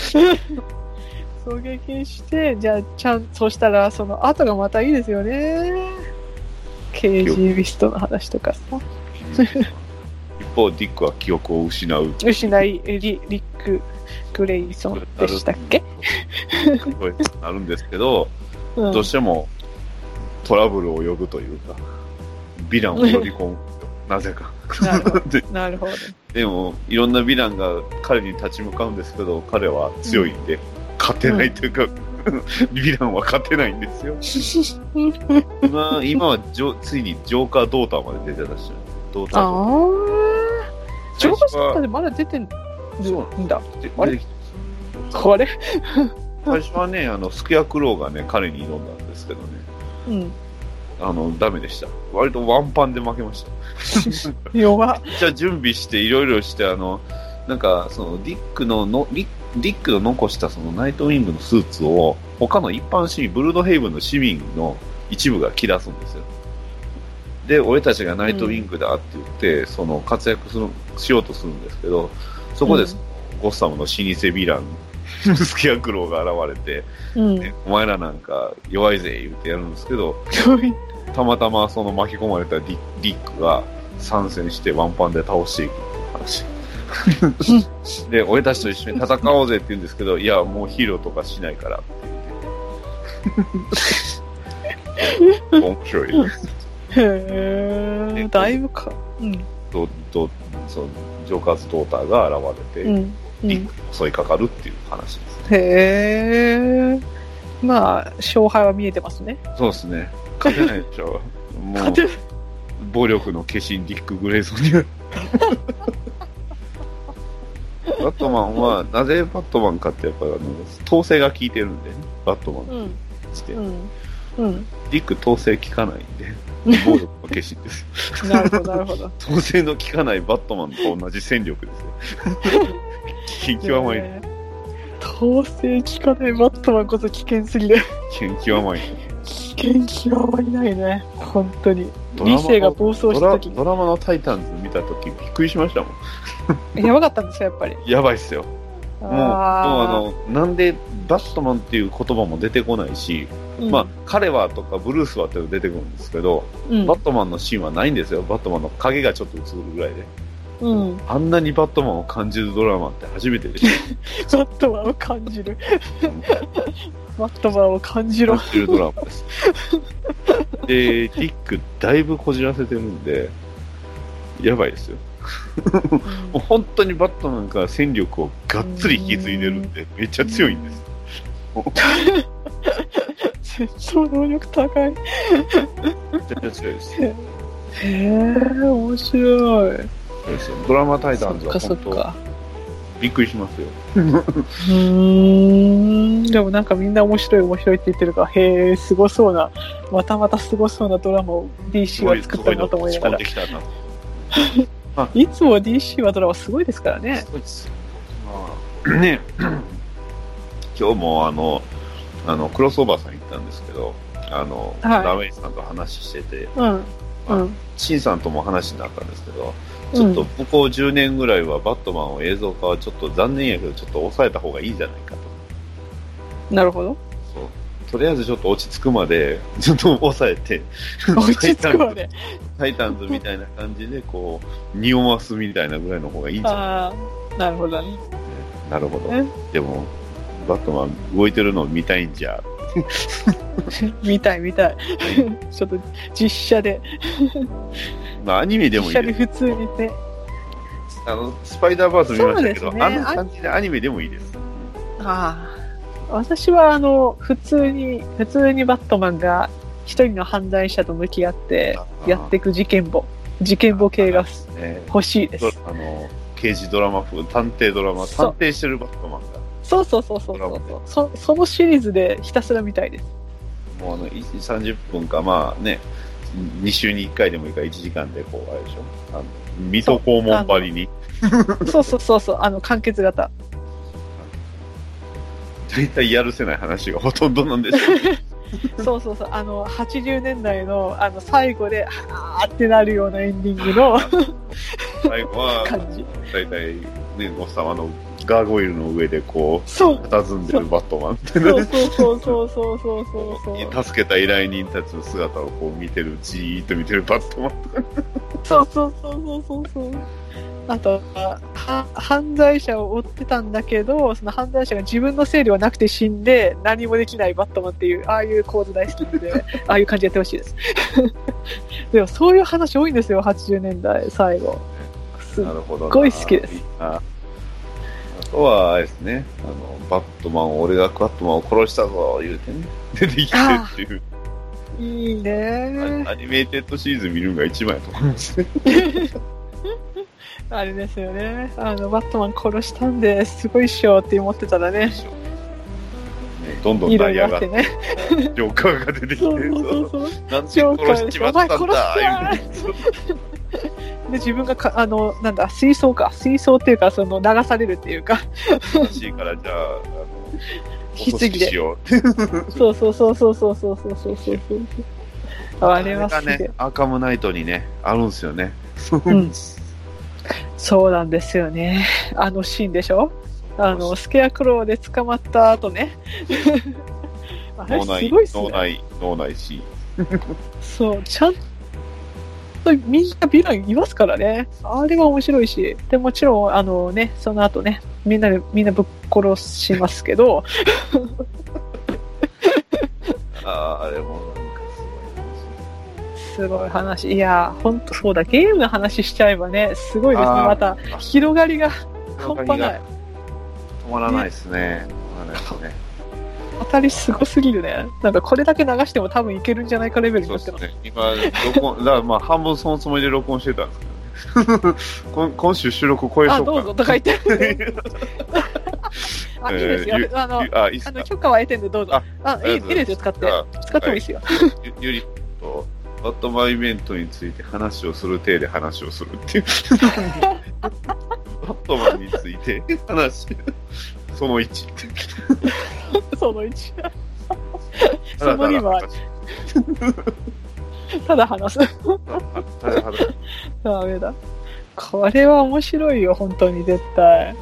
狙撃して、じゃあちゃんそしたらその後がまたいいですよね。ケージミストの話とかさ。 一方ディックは記憶を失う。 失いリリックグレイソンでしたっけ？ なるんですけど、うん、どうしてもトラブルを呼ぶというか、ヴィランを呼び込むなぜか。 なるほど。なるほど。 でもいろんなヴィランが彼に立ち向かうんですけど、彼は強いんで、うん、勝てないというか、うん、ヴィランは勝てないんですよ。今今はジョついにジョーカードーターまで出てたし、ドーター。ああ。ジョーカードーターでまだ出てんだ。あれ？あれ？ 最初はね、あのスクエアクローがね彼に挑んだんですけどね。うん。あのダメでした。割とワンパンで負けました。 弱っ。 じゃあ準備していろいろしてあのなんかそのディックののディックの残したそのナイトウィングのスーツを他の一般市民ブルードヘイブンの市民の一部が着出すんですよ。で俺たちがナイトウィングだって言って、うん、その活躍するしようとするんですけど、そこで、うん、ゴッサムの老舗ヴィランスケアクローが現れて、うんね、お前らなんか弱いぜ言ってやるんですけど、たまたまその巻き込まれたディディックが参戦してワンパンで倒していくっていう話で、俺たちと一緒に戦おうぜって言うんですけど、いやもうヒーローとかしないからって言って面白い。 へー、だいぶか、うん、 どどそのジョーカーズドーターが現れて、うんうん、ディックに襲いかかるっていう話ですね。 へー、まあ勝敗は見えてますね。 そうですね。勝てないでしょ。もう暴力の化身ディック・グレイソンにバットマンはなぜバットマンかってやっぱあの統制が効いてるんでね、バットマンして、うんうん、ディック統制効かないんで暴力の化身です。 なるほどなるほど。 統制の効かないバットマンと同じ戦力ですよ。危険極まりない。 統制効かないバットマンこそ危険すぎる。 危険極まりない。 危険極まりないね。本当に。理性が暴走した時にドラマのタイタンズ見た時びっくりしましたもん。やばかったんですかやっぱり。 やばいっすよ。もう、もうあのなんでバットマンっていう言葉も出てこないし、うん、まあ彼はとかブルースはって出てくるんですけど、うん、バットマンのシーンはないんですよ。バットマンの影がちょっと映るぐらいで。うん、あんなにバットマンを感じるドラマって初めてでした。 バットマンを感じる。バットマンを感じろ。 感じるドラマです。で、ディックだいぶこじらせてるんで、やばいですよ。もう本当にバットマンから戦力をがっつり引き継いでるんで、めっちゃ強いんです。 戦闘能力高い。 めちゃくちゃ強いです。 へぇ、面白い。 ドラマタイタンズは本当びっくりしますよ。 うーん、でもなんかみんな面白い面白いって言ってるから、へえ、すごそうな、またまたすごそうなドラマを ディーシー は作ったなと思いながら。いつも ディーシー はドラマすごいですからね。そうです。 まあ、ね、今日もあの、あのクロスオーバーさん行ったんですけど、あの、はい、ラメイさんと話してて、うん、まあ、うん、シンさんとも話になったんですけど、ちょっとここじゅうねんぐらいはバットマンを映像化はちょっと残念やけどちょっと抑えた方がいいんじゃないかと。なるほど。 そう。とりあえずちょっと落ち着くまでちょっと抑えて落ち着くまでタイタンズみたいな感じでこう匂わすみたいなぐらいの方がいいんじゃないか。 ああ、なるほどね。 なるほど。でもバットマン動いてるのを見たいんじゃ。 見たい見たい。ちょっと実写で。 まあアニメでもいいです。 実写で普通にね。 あのスパイダーバース見ましたけど、ね、あの感じでアニメでもいいです。 ああ、私はあの普通に普通にバットマンが一人の犯罪者と向き合ってやっていく事件簿事件簿系が欲しいです。 あの刑事ドラマ風探偵ドラマ探偵してるバットマンが。 そうそうそうそうそうそう。そそのシリーズでひたすら見たいです。 もうあのさんじゅっぷんかまあね。に週にいっかいでもいいからいちじかんでこうあれでしょ、あの水戸黄門張りに。 そうそうそうそう、あの、完結型。 大体やるせない話がほとんどなんですよ。 そうそうそう、あの、はちじゅうねんだいの、あの、最後で、はーってなるようなエンディングの最後は、 感じ。 大体、ね、ゴッサマのガーゴイルの上でこう、 そう。 佇んでるバットマンってそうそうそうそうそうそうそうそう。 助けた依頼人たちの姿をこう見てる、じーっと見てるバットマンとか。 そうそうそうそうそうそう。あとは、は犯罪者を追ってたんだけど、その犯罪者が自分のせいではなくて死んで、何もできないバットマンっていう、ああいう構図大好きなんで、ああいう感じやってほしいです。でもそういう話多いんですよ、はちじゅうねんだい最後。すっなるほどな。 ごい好きです。 ああとは、あれですね、あの、バットマンを、俺がバットマンを殺したぞ、言うてね、出てきてっていう。 いいねアニメーテッドシーズン見るのが一番やと思いますね。 あれですよね。あの、バットマン殺したんで、すごいっしょって思ってたらね。 ねどんどんいろいダイヤが、ジろあってね。 ョーカーが出てきて、 そうそうそうそう。 なんで殺しちまったんだ、 お前殺言うてで、自分がか、あの、なんだ、水槽か。水槽っていうか、その、流されるっていうか。 欲しいから、じゃあ、あの、お葬式しよう。 そうそうそうそうそうそうそうそうそう。あれはすげえ。 あれがね、アーカムナイトにね、あるんですよね。 うんそうなんですよね。あのシーンでしょあの、スケアクローで捕まった後ね。あれ脳内、 すごいっすね。 脳内、脳内シーン。 そう、ちゃんとみんなヴィランいますからね。あれは面白いし。で、もちろん、あのね、その後ね、みんなで、みんなぶっ殺しますけど。 ああ、あれもなんかすごい話。いやー、ほんとそうだ。ゲームの話しちゃえばね、すごいですね。 あーまた、広がりが半端ない。 止まらないですね。止まらないですね。 当たりすごすぎるね。なんかこれだけ流しても多分いけるんじゃないかレベルになってます。 そうですね。今、録音、だからまあ半分そのつもりで録音してたんですけどね。今今週収録超えあ、 そうか。 どうぞとか言って。あ、いいですよ。 えーあの、 あ、いいっすかあの許可は得てんでどうぞ。 ああ、いいいいですよ、使って。使ってもいいですよ。 ゆゆりと、バットマンイベントについて話をする体で話をするっていう。バットマンについて話、そのいち。 そのいち。 ただそのには、ただ話す。 ただ話すダメだ。これは面白いよ、本当に絶対。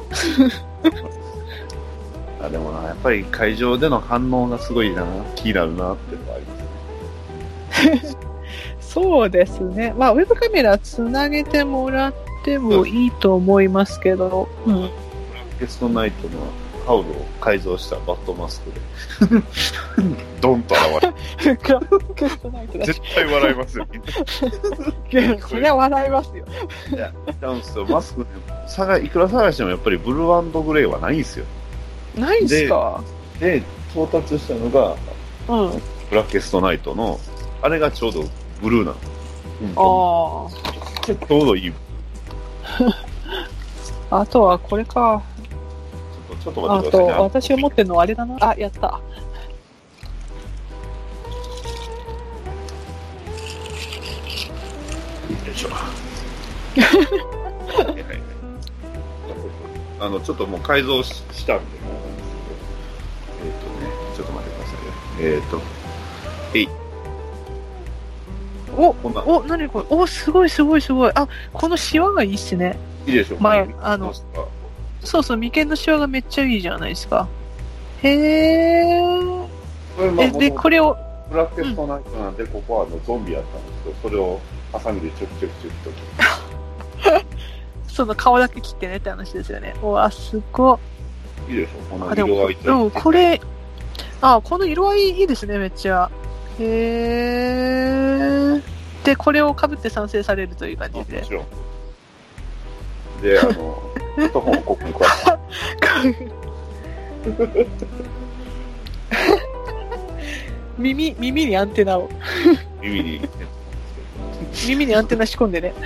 あでもな、やっぱり会場での反応がすごいな、気になるなっていうのがありますね。 そうですね。まあ、ウェブカメラつなげてもらってもいいと思いますけど、うん。 ゲストナイトのハウルを改造したバットマスクで、ドンと現れる。 ゲストナイトだし。 絶対笑いますよ、みんな。 そりゃ笑いますよ。 いや、違うんですよ。マスクね、探いくら探してもやっぱりブルー&グレーはないんですよ。 ないんすか？ で、到達したのが、 うん。 ブラッケストナイトの、あれがちょうどブルーなの。 あちょうどいい。 あ。あとはこれか。 ちょっと、ちょっとあと、 待ってくださいね。 私が持ってるのはあれだな。あ、やった。 よいしょ。はいはいはい。あの、ちょっともう改造ししたんで、もうえっ、とね、ちょっと待ってくださいよ。えっ、と、えい。 お、 こんな、 お、なにこれ。お、すごいすごいすごい。あ、このシワがいいっすね。 いいでしょうか、 前あのそうそう、眉間のシワがめっちゃいいじゃないですか。へー。 これまあえ、で、これを、 ブラッケストナイトなんで、ここはあのゾンビやったんですけど、それをハサミでチュクチュクチュクと切って。 その顔だけ切ってねって話ですよね。うわ、すごい。 いいでしょ、このあ、でも、 色合いでもこれ、あ、この色合いいいですね、めっちゃ。へー。で、これを被って賛成されるという感じで。 もちろん。で、あの、ちょっと報告に詳しい。 耳、耳にアンテナを。 耳に、 耳にアンテナ仕込んでね。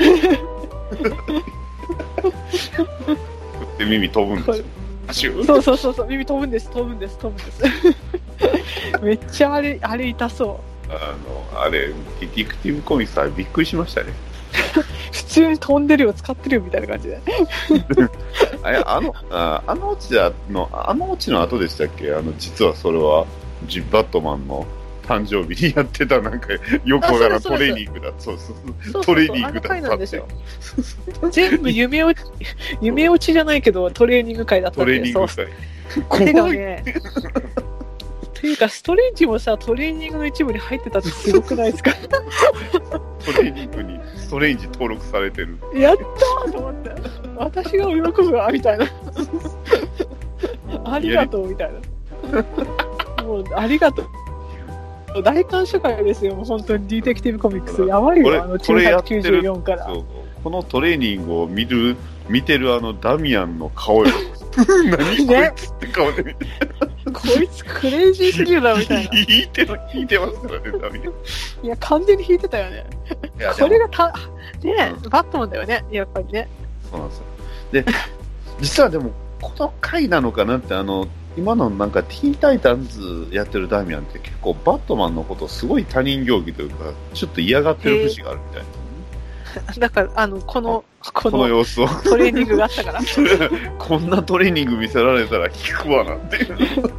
で耳飛ぶんですよ。シューそうそうそうそう、耳飛ぶんです、飛ぶんです、飛ぶんです。めっちゃあれ、あれ痛そう。 あの、あれ、ディティクティブコミックスはびっくりしましたね。 普通に飛んでるよ、使ってるよみたいな感じで。 あれ、あの、ああのオチの、あのオチの後でしたっけ？あの、実はそれは、ジバットマンの誕生日にやってたなんか、よくわからんトレーニングだ。そうそうそう。トレーニングだったって。 全部夢落ち、夢落ちじゃないけど、トレーニング会だったんで。 トレーニング会。 てかね、ていうか、ストレンジもさ、トレーニングの一部に入ってたってすごくないですか？ トレーニングにストレンジ登録されてる。 やったーと思って。私が喜ぶわ、みたいな。ありがとう、みたいな。もう、ありがとう。大感謝会ですよ、もう本当にディテクティブコミックス。やばいよ、あのきゅうひゃくきゅうじゅうよんから。 そうこのトレーニングを見る、見てるあのダミアンの顔よ。何こいつって顔で見て、ね、 こいつクレイジーすぎるなみたいな。 引いて引いてますからね、ダミアン。 いや、完全に引いてたよね。いやこれがた、ね、うん、バットマンだよね、やっぱりね。 そうなんですよ。で、実はでも、この回なのかなって、あの、今のなんかティーンタイタンズやってるダミアンって結構バットマンのことをすごい他人行儀というか、ちょっと嫌がってる節があるみたいな。 だから、あの、この、 この様子をトレーニングがあったから。 こんなトレーニング見せられたら引くわなっていう。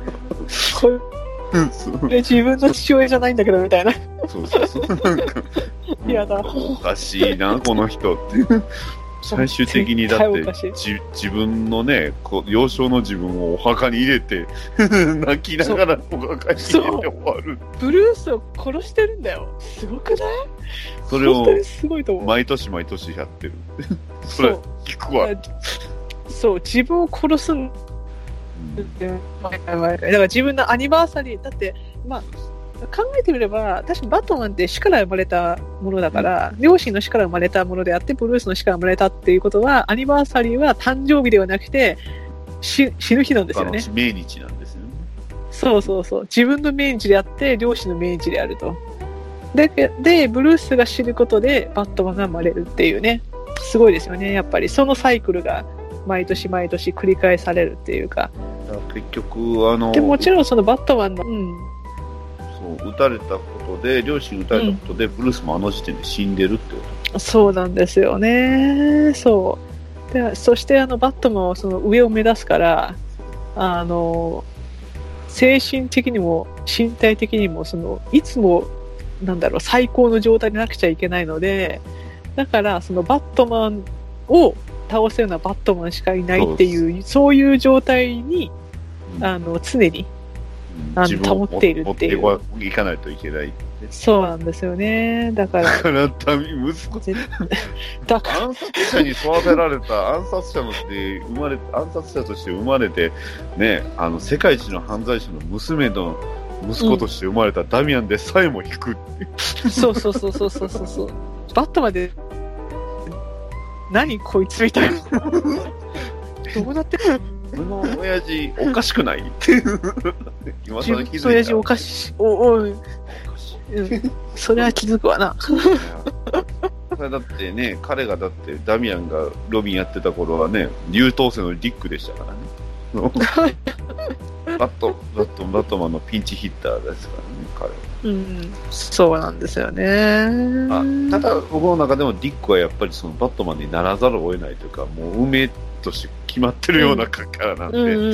これ自分の父親じゃないんだけどみたいな。 そうそうそう。なんか、 やだ。 おかしいな、この人って。最終的にだってじ自分のね、こう幼少の自分をお墓に入れて泣きながらお墓に入れて終わる。 ブルースを殺してるんだよ。すごくない？ それを毎年毎年やってる。それ聞くわ。 そう、自分を殺すんだよ。だから自分のアニバーサリーだってまあ。考えてみれば、確かにバットマンって死から生まれたものだから、うん、両親の死から生まれたものであって、ブルースの死から生まれたっていうことは、アニバーサリーは誕生日ではなくて、死ぬ日なんですよね。 命日なんですよね。 そうそうそう。自分の命日であって、両親の命日であると。で、で、ブルースが死ぬことで、バットマンが生まれるっていうね。すごいですよね、やっぱり。そのサイクルが、毎年毎年繰り返されるっていうか。 結局、あの。 で、もちろんそのバットマンの、うん撃たれたことで、両親撃たれたことで、うん、ブルースもあの時点で死んでるってこと？ そうなんですよね。そうで、そしてあのバットマンはその上を目指すから、あの精神的にも身体的にもそのいつもなんだろう最高の状態でなくちゃいけないので、だからそのバットマンを倒せるのはバットマンしかいないっていう、そういう状態に、うん、あの常にあの保っているっていう。 持っていかないといけないって。 そうなんですよね。だから。 だから息子だから暗殺者に育てられた暗殺者ので生まれ暗殺者として生まれてね、あの世界一の犯罪者の娘の息子として生まれたダミアンでさえも引くって、 うん、そうそうそうそうそうそうそう。バットまで何こいつみたいな。どうなってる？ この親父おかしくないっていう今更気づいた。 親父おかしい。おおい、うん、それは気づくわな。 それだってね、彼がだってダミアンがロビンやってた頃はね、優等生のリックでしたからね。バットバットバットマンのピンチヒッターですからね、彼は。 うん、そうなんですよね。 あ、ただ僕の中でもディックはやっぱりそのバットマンにならざるを得ないというか、もう運命として決まってるようなキャラなんで、うん、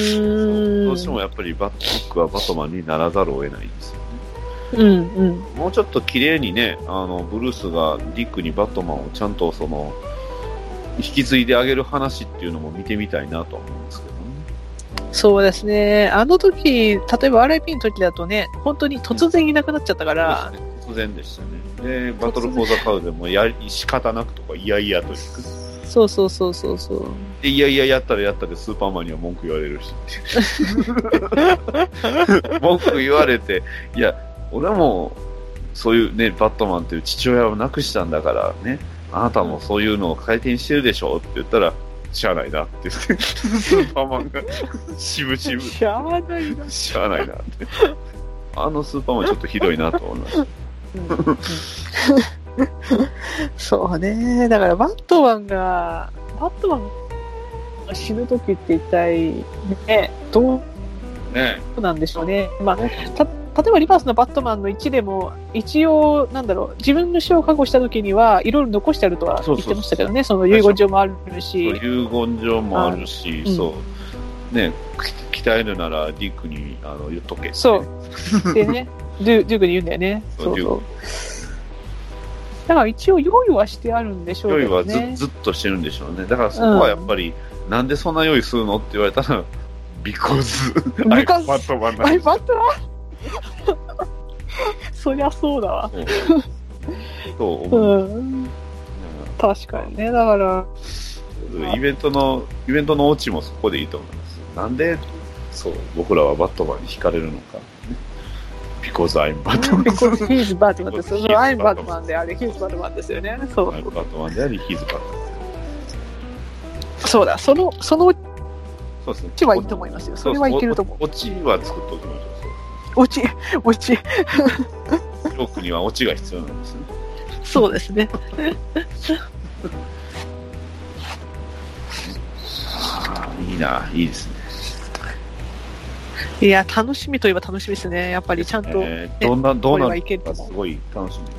どうしてもやっぱりバットディックはバットマンにならざるを得ないんですよね。 うんうん、 もうちょっと綺麗にね、あのブルースがディックにバットマンをちゃんとその引き継いであげる話っていうのも見てみたいなと思うんですけどね。 そうですね。あの時、例えば アールアイピー の時だとね、本当に突然いなくなっちゃったから。 うん、ね、突然でしたね。で、バトルフォーザカウでもや仕方なくとか、いやいやと引く。 そうそうそうそうそう。 で、いやいややったらやったでスーパーマンには文句言われるし。文句言われて、いや、俺もそういうね、バットマンという父親を亡くしたんだからね、あなたもそういうのを回転してるでしょって言ったら、しゃあないなって言って、スーパーマンがしぶしぶ。 しゃあないな。 しゃあないなって。あのスーパーマンちょっとひどいなと思いました。 そうね。だからバットマンが、バットマンが死ぬときって一体、ね、どう、 ね、 なんでしょうね。まあ、た例えばリバースのバットマンのいちでも一応なんだろう、自分の死を覚悟した時にはいろいろ残してあるとは言ってましたけどね。その遺言状もあるし、 遺言状もあるし、うん、そうね、鍛えるならディックにあの言っとけって、ね、 そうでね、デュデュークに言うんだよね。そうそう。だから一応用意はしてあるんでしょうけどね。 用意は ず, ずっとしてるんでしょうね。だからそこはやっぱり、うん、なんでそんな用意するのって言われたらbecause I バットマンなんです。バットマンそりゃそうだわ。 そう思う、うん、 確かにね。だからイベントのイベントのオチもそこでいいと思います。なんでそう僕らはバットマンに惹かれるのか。Because I'm Batman. Because he's Batman です。そう、I'm Batman であり、he's Batman ですよね。そう。 I'm Batman であり、he's Batman。 そうだ、その、そのうそうですね。 ちはいいと思いますよ。それはいけると思う。 オチは作っておきましょう。 オチ、オチ。 ジョークにはオチが必要なんですね。 そうですね。 ああ、いいな、いいですね。 いや、楽しみといえば楽しみですね。やっぱりちゃんと、ね、 えー、どんな、どうなるかすごい楽しみです。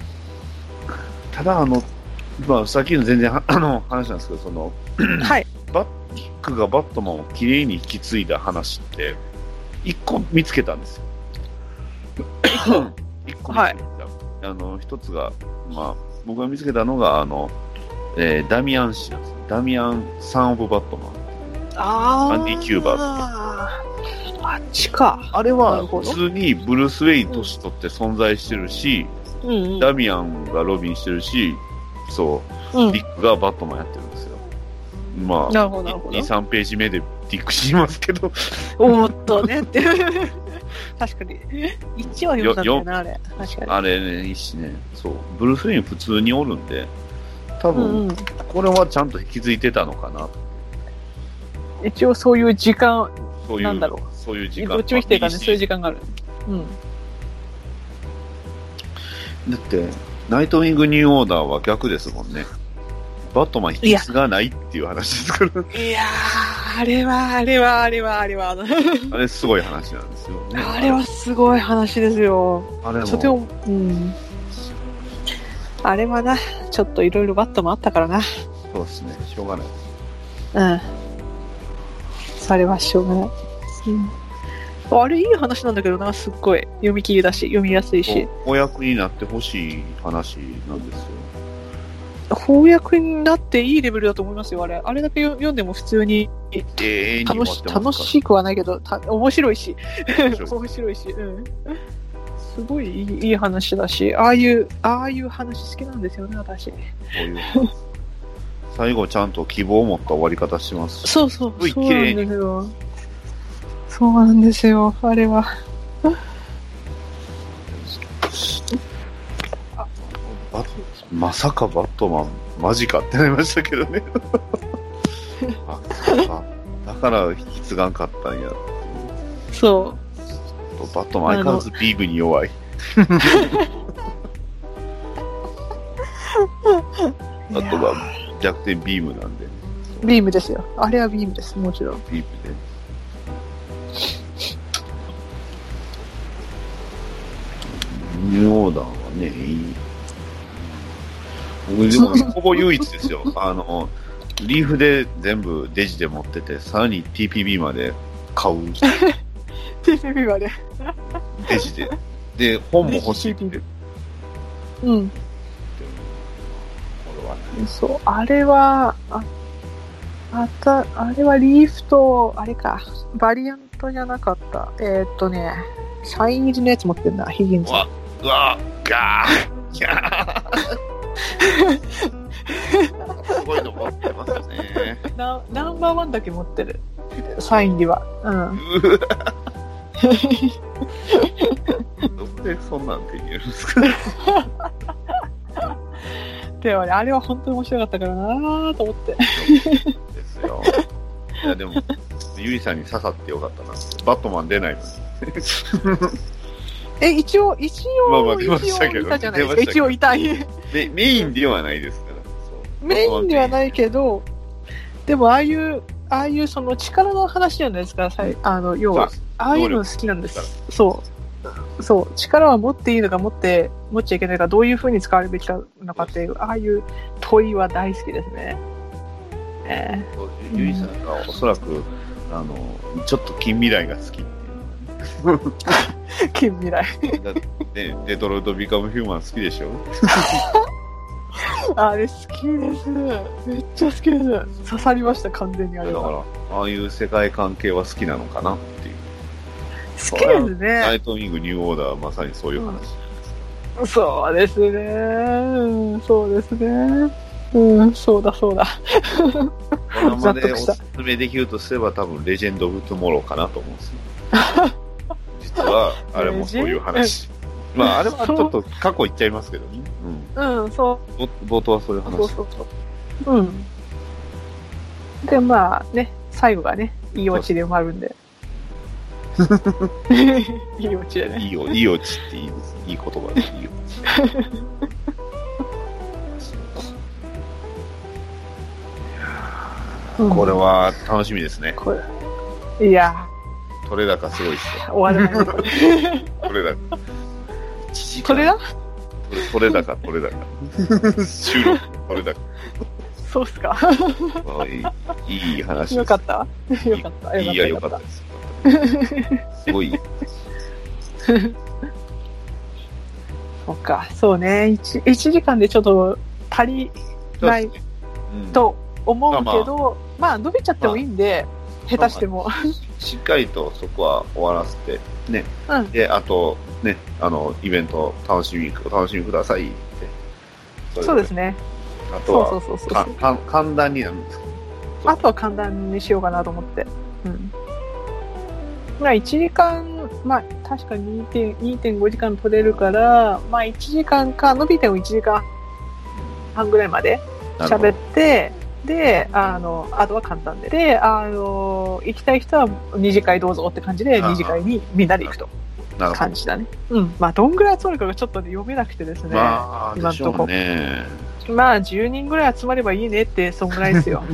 ただ、あの、まあ、さっきの全然あの話なんですけど、その、 はい。 バッキックがバットマンをきれいに引き継いだ話って、一個見つけたんですよ。一個見つけた。はい。あの、一つが、まあ、僕が見つけたのが、あの、えー、ダミアン氏なんです。ダミアン・サン・オブ・バットマン。 あアンディ・キューバーあっちか。 あれは普通にブルース・ウェイン年取って存在してるし、うんうん、ダミアンがロビンしてるし、そう、うん、ディックがバットマンやってるんですよ。まあ、に、さんページ目でディック死にますけど。 おーっとねって。確かに。いちわ読んだんだよな、あれ。確かに。 あれね、いいしね。そう。ブルース・ウェイン普通におるんで、多分、うん、これはちゃんと引き継いでたのかな。 一応そういう時間、 そういうなんだろう。 そういう時間。 どっちも来てるからね、そういう時間がある。うん。 だって、ナイトウィングニューオーダーは逆ですもんね。バットマン引き継がないっていう話ですから。 いやー、あれは、あれは、あれは、あれは。 あれすごい話なんですよね。 あれはすごい話ですよ。 あれも。 とても、うん。あれはな、ちょっといろいろバットもあったからな。 そうですね、しょうがない。 うん。それはしょうがない。うん、あれいい話なんだけどな、すっごい読み切りだし、読みやすいし。 翻訳になってほしい話なんですよ。 翻訳になっていいレベルだと思いますよ、あれ。あれだけ読んでも普通に楽し、楽しくはないけど、た面白いし。面白いし、うん。すごいいい、いい話だし、ああいう、ああいう話好きなんですよね、私。こういう最後ちゃんと希望を持った終わり方します。 そうそう、そうなんですよ。そうなんですよ、あれは。 まさかバットマンマジかってなりましたけどね。あ、そうか。だから引き継がんかったんや。 そう。 バットマン相変わらずビームに弱い。あとは逆転ビームなんで。 ビームですよ。あれはビームです、もちろん。 ビームで。ニューオーダーはね、いい。僕でもほぼ唯一ですよ。あの、リーフで全部デジで持ってて、さらに ティーピービー まで買う。 ティーピービー までデジで。で、本も欲しいって。 うん。そう、あれは、あ、あた、あれはリーフと、あれか、バリアントじゃなかった。えー、っとね、サイン入りのやつ持ってんだ、ヒギンズ。 うわ、うわ、ガー、ギャー。すごいの持ってますね。 ナ、ナンバーワンだけ持ってる。サインには。うん。 どこでそんなん手に入れるんですか。 でもね、あれは本当に面白かったからなぁと思って。 ですよ。いやでも、ゆいさんに刺さってよかったな。バットマン出ないのに。 え、一応、一応、 まあまあ出ましたけど、 一応いたじゃないですか。一応いたい。 メ、メインではないですから。 そうメインではないけど、でもああいう、ああいうその力の話じゃないですか、さいあの要は、 ああいうの好きなんです。そう。そう。力は持っていいのか持って、持っちゃいけないか、どういう風に使われるべきのかっていう、ああいう問いは大好きですね。えー、ゆいさんがおそらく、あの、ちょっと近未来が好きっていう。 近未来。 だってね、デトロイト・ビカム・ヒューマン好きでしょあれ好きです。めっちゃ好きです。刺さりました、完全にあれは。 だから、ああいう世界関係は好きなのかなっていう。 好きですね。 ナイトウィング・ニューオーダーはまさにそういう話。 うん、そうですね、うん。そうですね。うん、そうだそうだ。 このまでおすすめできるとすれば多分レジェンド・オブ・トゥモローかなと思うんですよ。実は、あれもそういう話。まあ、あれはちょっと過去言っちゃいますけどね。 うん、うん、そう。 冒頭はそういう話。 そうそうそう。うん。で、まあね、最後がね、いいオチで埋まるんで。いいオチでね。 いいよ、いいオチっていいです。いい言葉でいいオチ。これは楽しみですね。 これいや取れ高すごいっすよ。 終わらない。 取れ高。 取れ高取れ高、取れ高。収録、取れ高。 そうっすか。 いい、いい話です。 よかったよかった。 いいや、よかったです。すごい。 そっか、そうね。一、一時間でちょっと足りないと思うけど、まあ伸びちゃってもいいんで、下手しても。 しっかりとそこは終わらせて、ね。うん、で、あと、ね、あの、イベント楽しみ、お楽しみくださいって。 そうですね。 あとは、そうそうそうそうか簡単になるんですか？ あとは簡単にしようかなと思って。うん。まあいちじかん、まあ確かに にてんごじかん取れるから、まあいちじかんか、伸びてもいちじかんはんぐらいまで喋って、で、あの、あとは簡単で。で、あの、行きたい人は二次会どうぞって感じで、二次会にみんなで行くと。感じだね。うん。まあ、どんぐらい集まるかがちょっと、ね、読めなくてですね。 まあ、今のところ。ね、 まあ、じゅうにんぐらい集まればいいねって、そんぐらいですよ。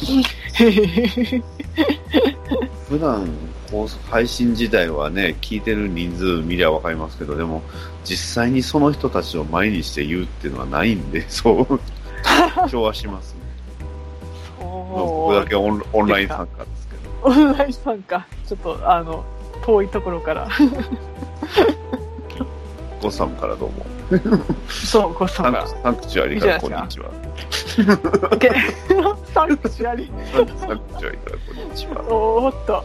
普段、配信時代はね、聞いてる人数見りゃわかりますけど、でも、実際にその人たちを前にして言うっていうのはないんで、そう、調和しますね。僕だけオン、オンライン参加ですけど。 オンライン参加。ちょっと、あの、遠いところから。 ゴッサムからどうも。 そう、ゴッサムから。 サンクチュアリーからこんにちは。 サンクチュアリーサンクチュアリーからこんにちは。 おーっと。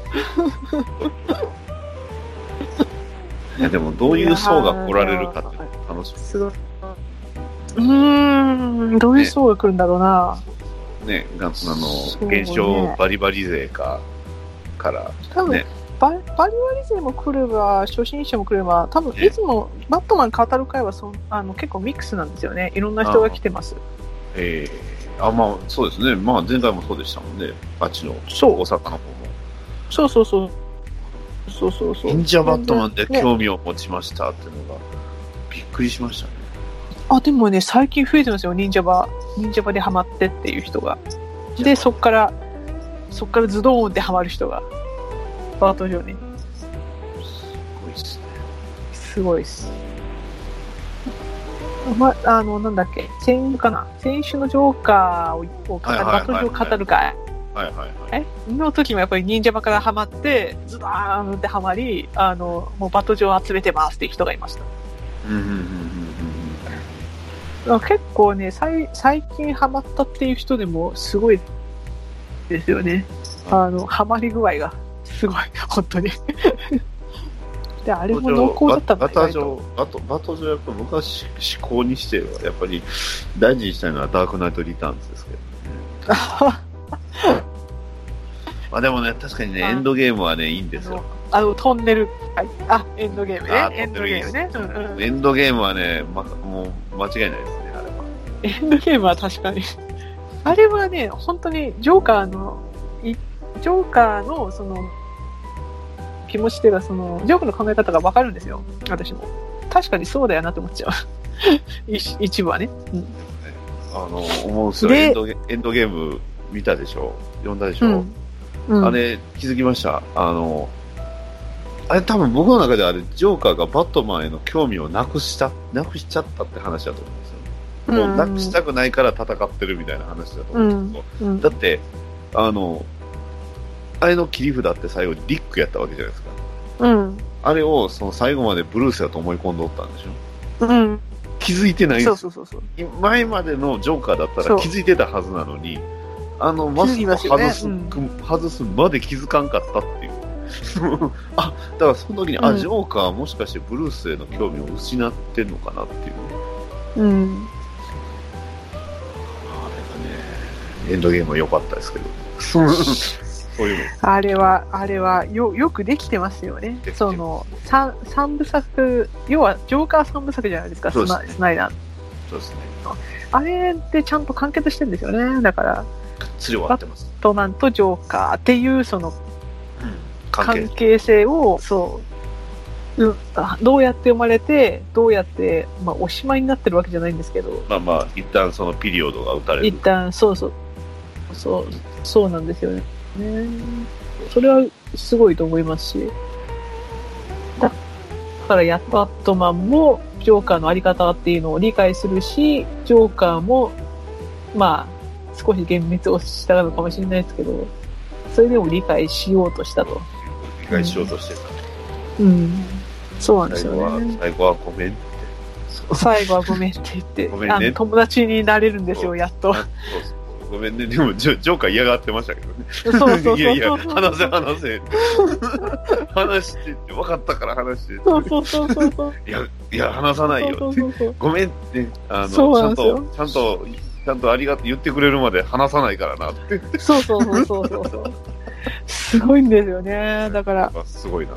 いや、でもどういう層が来られるかって楽しみ。 すごい。うーん、どういう層が来るんだろうな。 ね、あの、現象バリバリ勢か、から、 多分、ね、バリバリ勢も来れば、初心者も来れば、多分、いつも、バットマン語る会はそあの結構ミックスなんですよね。いろんな人が来てます。 ええー、あ、まあ、そうですね。まあ、前回もそうでしたもんね。あっちの、大阪の方も。 そうそうそう。そうそうそう。 忍者バットマンで興味を持ちましたっていうのが、びっくりしましたね。 あ、でもね、最近増えてますよ。忍者バ、忍者バでハマってっていう人が。で、そっから、そっからズドーンってハマる人が、バート上に。 すごいっすね。 すごいっす。ま、あの、なんだっけ、先かな。先週のジョーカーを語る、バトル上語る会。 はいはいはい。 えの時もやっぱり忍者バからハマって、ズドーンってハマり、あの、もうバトル上集めてますっていう人がいました。 うんうんうんうん。 結構ね、最近ハマったっていう人でもすごいですよね。あの、ハマり具合がすごい、本当に。で、あれも濃厚だったんだバト上、バト、バト上やっぱ僕は思考にしては、やっぱり大事にしたいのはダークナイトリターンズですけどね。まあでもね、確かにね、エンドゲームはね、いいんですよ。 あの、トンネル、あ、エンドゲームね。エンドゲームね。 うんうん、エンドゲームはね、ま、もう間違いないですね、あれは。 エンドゲームは確かに。あれはね、本当にジョーカーの、ジョーカーのその、気持ちというか、その、ジョーカーの考え方がわかるんですよ、私も。確かにそうだよなって思っちゃう。一部はね。うん、 あの、思うすらエンド、エンドゲーム見たでしょ？読んだでしょ？うんうん、あれ、気づきました。あの、 あれ多分僕の中ではあれ、ジョーカーがバットマンへの興味をなくした、なくしちゃったって話だと思うんですよ。もうなくしたくないから戦ってるみたいな話だと思うんですけど、うんうん、だって、あの、あれの切り札って最後リックやったわけじゃないですか。うん。あれをその最後までブルースやと思い込んでおったんでしょ。うん。気づいてないんですよ。そうそうそうそう。前までのジョーカーだったら気づいてたはずなのに、あのマスクを外す、ねうん、外すまで気づかんかったっていう。あ、だからその時に、うん、あ、ジョーカーはもしかしてブルースへの興味を失ってんのかなっていう。うん。あれがね、エンドゲームは良かったですけど。そういうのあれは、あれはよ、よくできてますよね。その、三、三部作、要は、ジョーカー三部作じゃないですか、 そうですね、 スナイダー。 そうですね。 あれってちゃんと完結してるんですよね。だから、 がっつり終わってます。 バットマンとジョーカーっていう、その、うん、関係、関係性を、そう、うん、どうやって生まれて、どうやって、まあ、おしまいになってるわけじゃないんですけど。 まあまあ、一旦そのピリオドが打たれる。 一旦、そうそう。そう、そうなんですよね。ね、それはすごいと思いますし、だからやバットマンもジョーカーのあり方っていうのを理解するし、ジョーカーもまあ少し厳密をしたのかもしれないですけど、それでも理解しようとしたと。 理解しようとしてた。 うん、うん、そうなんですよね。 最後はごめんって。 最後はごめんって言って、ごめんね、あの友達になれるんですよ、やっと。そうそうごめんね、でもジョ、ジョーカー嫌がってましたけどね。 そうそうそう。 いやいや、話せ話せ。話してって、分かったから話してって。 そうそうそうそう。 いや、いや、話さないよって。そうそうそうごめんって、あの、ちゃんと、ちゃんと、ちゃんとありがとう言ってくれるまで話さないからなって。 そうそうそうそうそう。すごいんですよね。だから。 すごいな。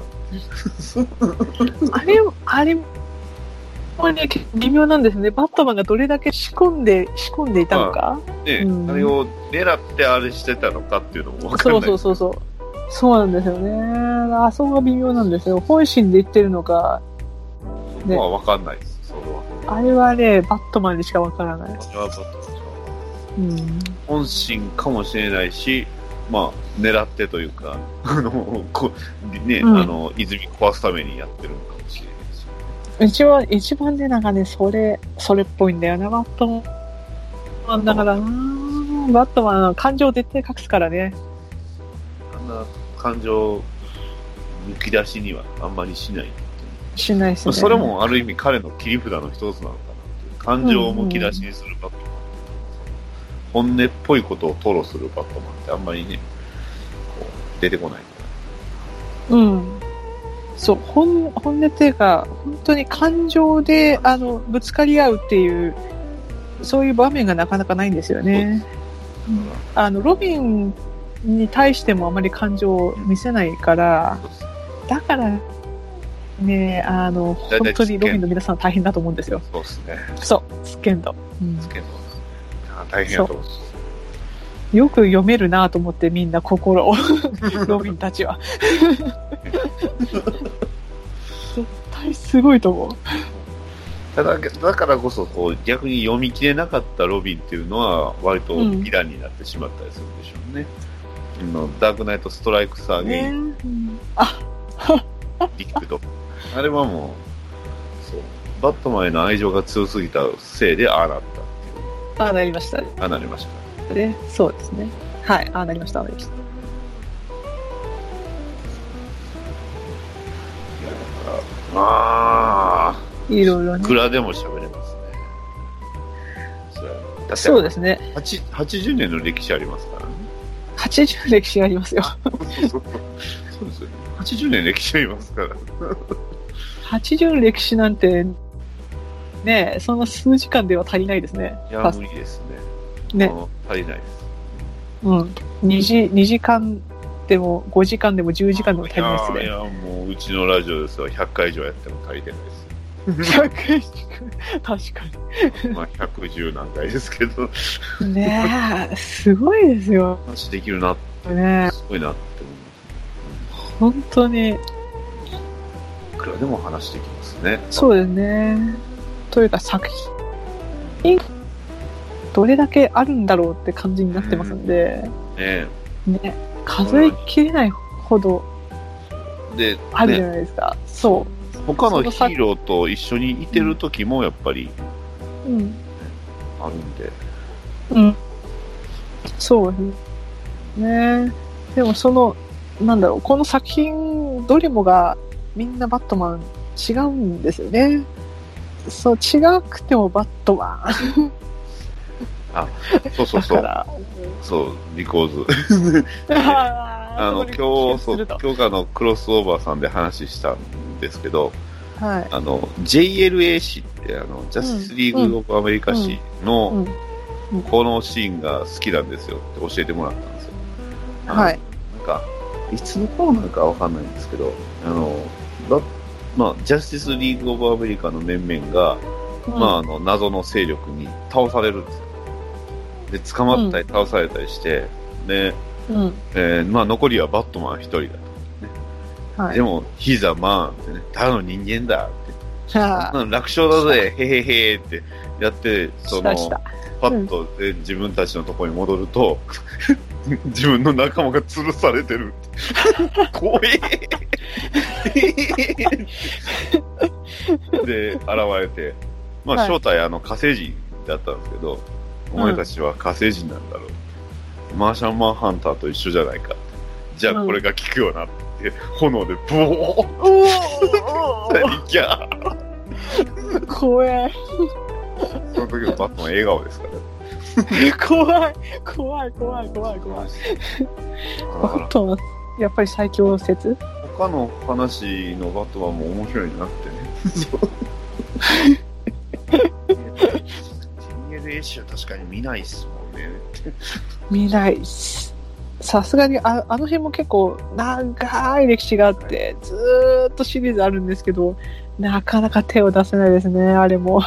あれ、あれ、ね、微妙なんですね。バットマンがどれだけ仕込んで仕込んでいたのか、 まあねうん、あれを狙ってあれしてたのかっていうのも分かんない。 そうそうそうそうそうなんですよね。あそこが微妙なんですよ。本心で言ってるのか、 ね、まあ分かんないです。それはあれはねバットマンにしか分からない。 あれはバットマンしか分からない、うん、本心かもしれないし、まあ狙ってというかあのこね、うん、あの泉壊すためにやってるのかもしれない。 一番、一番でなんかね、それ、それっぽいんだよな、バットマンだからな。バットマンの感情絶対隠すからね。 あんな感情、むき出しにはあんまりしない。 しないですね。 それもある意味彼の切り札の一つなのかなって。感情をむき出しにするバットマンって、うんうん、本音っぽいことを吐露するバットマンってあんまりね、こう出てこない。 うん。そう、本、本音っていうか、本当に感情で、あの、ぶつかり合うっていう、そういう場面がなかなかないんですよね。うん、あの、ロビンに対してもあまり感情を見せないから、だからね、あの、本当にロビンの皆さん大変だと思うんですよ。 そうですね。 そう、スケンド。 うん、スケンド。大変だと思うんです。 よく読めるなと思ってみんな心をロビンたちは絶対すごいと思う。 ただだからこそこう逆に読み切れなかったロビンっていうのは割とヴィランになってしまったりするんでしょうね、うん、のダークナイトストライクスアゲイン、ねうん、あリックドあれはもうそうバットマンへの愛情が強すぎたせいでああなったっていうああなりましたねああなりましたね、そうですね。はい、ああなりました、ああなりました。いや、だから、ああ、 いろいろね。 いくらでも喋れますね。そ, だってそうですね。 はちじゅうねんの歴史ありますからね。 はちじゅう歴史ありますよ。 そうですよね。はちじゅうねん歴史ありますから。 はちじゅう歴史なんて、ね、そんな数時間では足りないですね。 いや、無理ですね。 ね、 足りないです。 うん。2時、にじかんでもごじかんでもじゅうじかんでも足りないですね。 いや、いやもううちのラジオですよ。ひゃっかい以上やっても足りてないです。 ひゃっかい以上確かに。まあひゃくじゅう何回ですけど。 ねえ、すごいですよ。 話できるなって。 ねすごいなって思う。本当に。いくらでも話できますね。 そうですね。というか作品。どれだけあるんだろうって感じになってますんで、 うん、ねね、数えきれないほどで、 あるじゃね、 ないですか。そう。 他のヒーローと一緒にいてる時もやっぱりうん。 あるんで。 うん。そうですね。でもその、なんだろう、この作品、どれもがみんなバットマン違うんですよね。そう、違くてもバットマン。 あ、そうそうそう。 だから、 そう、リコーズ。 ああの、今日、そう、今日からのクロスオーバーさんで話したんですけど、 はい。 あの、ジェイエルエー 誌って、あの、ジャスティスリーグ・オブ・アメリカ誌の、 うんうん、 このシーンが好きなんですよって教えてもらったんですよ。 はい。 なんか、いつの頃なのかわかんないんですけど、あの、だまあ、ジャスティスリーグ・オブ・アメリカの面々が、うん、まあ、あの、謎の勢力に倒されるんですよ。で、捕まったり倒されたりして、うん、で、うんえー、まあ、残りはバットマン一人だと、ねはい。でも、ヒザマンってね、ただの人間だって。楽勝だぜ、へへへってやって、その、パッと、うん、自分たちのところに戻ると、自分の仲間が吊るされてる。怖えで、現れて、まあ、正体、あの、火星人だったんですけど、お前たちは火星人なんだろう。うん、マーシャンマンハンターと一緒じゃないか。じゃあこれが効くよなって、炎でブオーッいや怖い。 その時のバットマン笑顔ですからね。怖い。怖い、怖い、怖い、怖い。バットマン、やっぱり最強説？ 他の話のバットマンも面白いなってね。そう。エーシーは確かに見ないっすもんね。 見ないっす。さすがにあ、あの辺も結構長い歴史があって、ずーっとシリーズあるんですけど、なかなか手を出せないですね、あれも。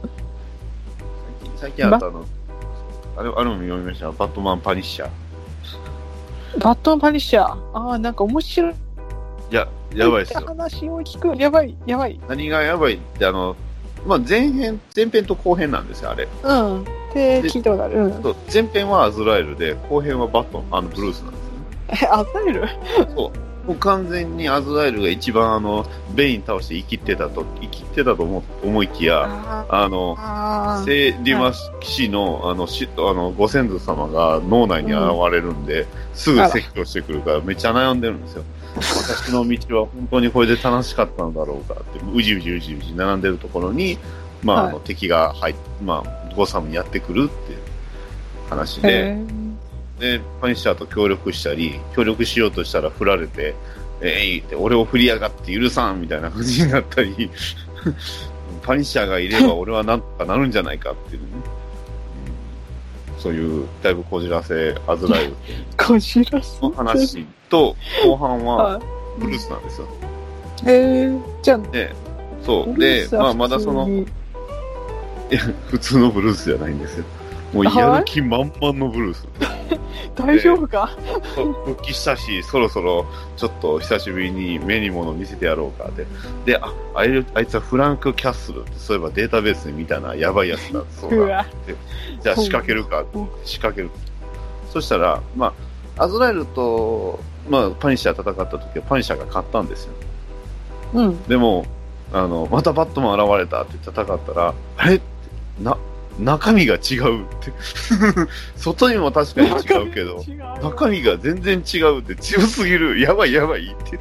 最近あったの、あれ、あれも読みました。バットマンパニッシャー。 バットマンパニッシャー。ああ、なんか面白い。 いや、やばいっすよ。 話を聞く。やばい、やばい。 何がやばいって、あの、まあ、前編、前編と後編なんですよ、あれ。 うん。で、聞いたことある。うん。 そう、前編はアズラエルで、後編はバット、あの、ブルースなんですよね。 え、アズラエル？ そう。もう完全にアズラエルが一番あの、ベイン倒して生きてたと、生きてたと思思いきや、あ, あの、あ聖リマ騎の、あの、し、あの、ご先祖様が脳内に現れるんで、うん、すぐ説教してくるからめっちゃ悩んでるんですよ。私の道は本当にこれで楽しかったのだろうかって、うじうじうじうじ並んでるところに、まあ、はい、あの敵が入っまあ、ゴサムにやってくるっていう話で、で、パニッシャーと協力したり、協力しようとしたら振られて、えい、ー、って俺を振りやがって許さんみたいな感じになったり、パニッシャーがいれば俺はなんとかなるんじゃないかっていうね。うん、そういう、だいぶこじらせ、あずらいこじらせの話と、後半はブルースなんですよ。 へえー、じゃあ、 で、そう。で、まあまだその、いや、普通のブルースじゃないんですよ。もうやる気満々のブルース。 大丈夫か？ 復帰したし、そろそろちょっと久しぶりに目に物見せてやろうかって。で、あ、あいあいつはフランク・キャッスルって、そういえばデータベースで見たな、やばいやつだ、そうだ。じゃあ仕掛けるかって、仕掛ける。そしたら、まあ、アズラエルと、まあ、パニッシャー戦った時はパニッシャーが勝ったんですよ。 うん。 でも、あの、またバットマン現れたって戦ったら、あれな、中身が違うって外にも確かに違うけど中身が全然違うって強すぎるやばいやばいって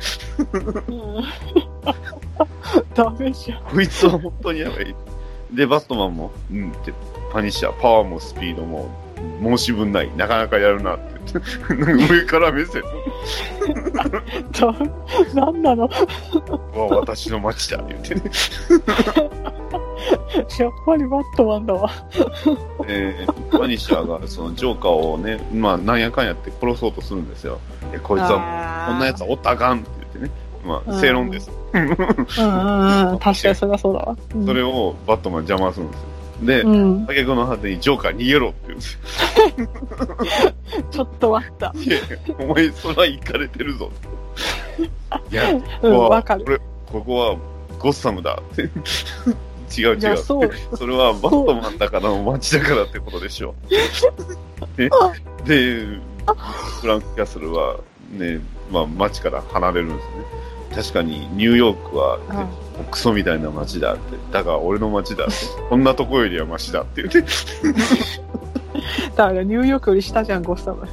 ダメじゃんこいつは本当にやばいでバットマンもうんってパニッシャーパワーもスピードも申し分ないなかなかやるなって上から目線何なの私の街だ言ってねやっぱりバットマンだわえー、パニッシャーがそのジョーカーをね、まあなんやかんやって殺そうとするんですよ。えこいつはこんなやつはおったかんって言ってね、まあ正論です。 うんうんうん、確かにそれはそうだわ。 うん、それをバットマン邪魔するんですよ。で、うん、挙句の果てにジョーカー逃げろって言うんですよ。ちょっと待った。 いやお前それはイかれてるぞ。いや、ここは、うん、かるこれここはゴッサムだって。違う違う。そ, それはバットマンだからの街だからってことでしょ。で、フランク・キャッスルはね、まあ街から離れるんですね。 確かにニューヨークはクソみたいな街だって、だが俺の街だって、こんなとこよりはマシだって言って。 だからニューヨークより下じゃん、ゴッサム。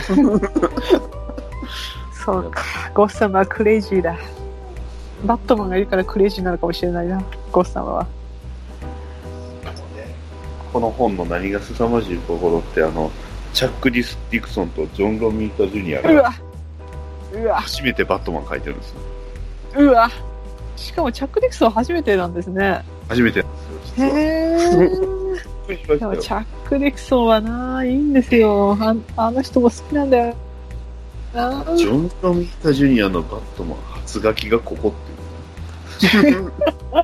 そうか、ゴッサムはクレイジーだ。バットマンがいるからクレイジーになるかもしれないな、ゴッサムは。 この本の何が凄まじいところって、あのチャック・ディス・ディクソンとジョン・ロミータ・ジュニアがうわうわ初めてバットマン書いてるんですよ。 うわ、しかもチャック・ディクソン初めてなんですね。 初めてなんですよ、実は。 へー。でもチャック・ディクソンはな、いいんですよ。あ, あの人も好きなんだよな。 ジョン・ロミータ・ジュニアのバットマン初書きがここっていう。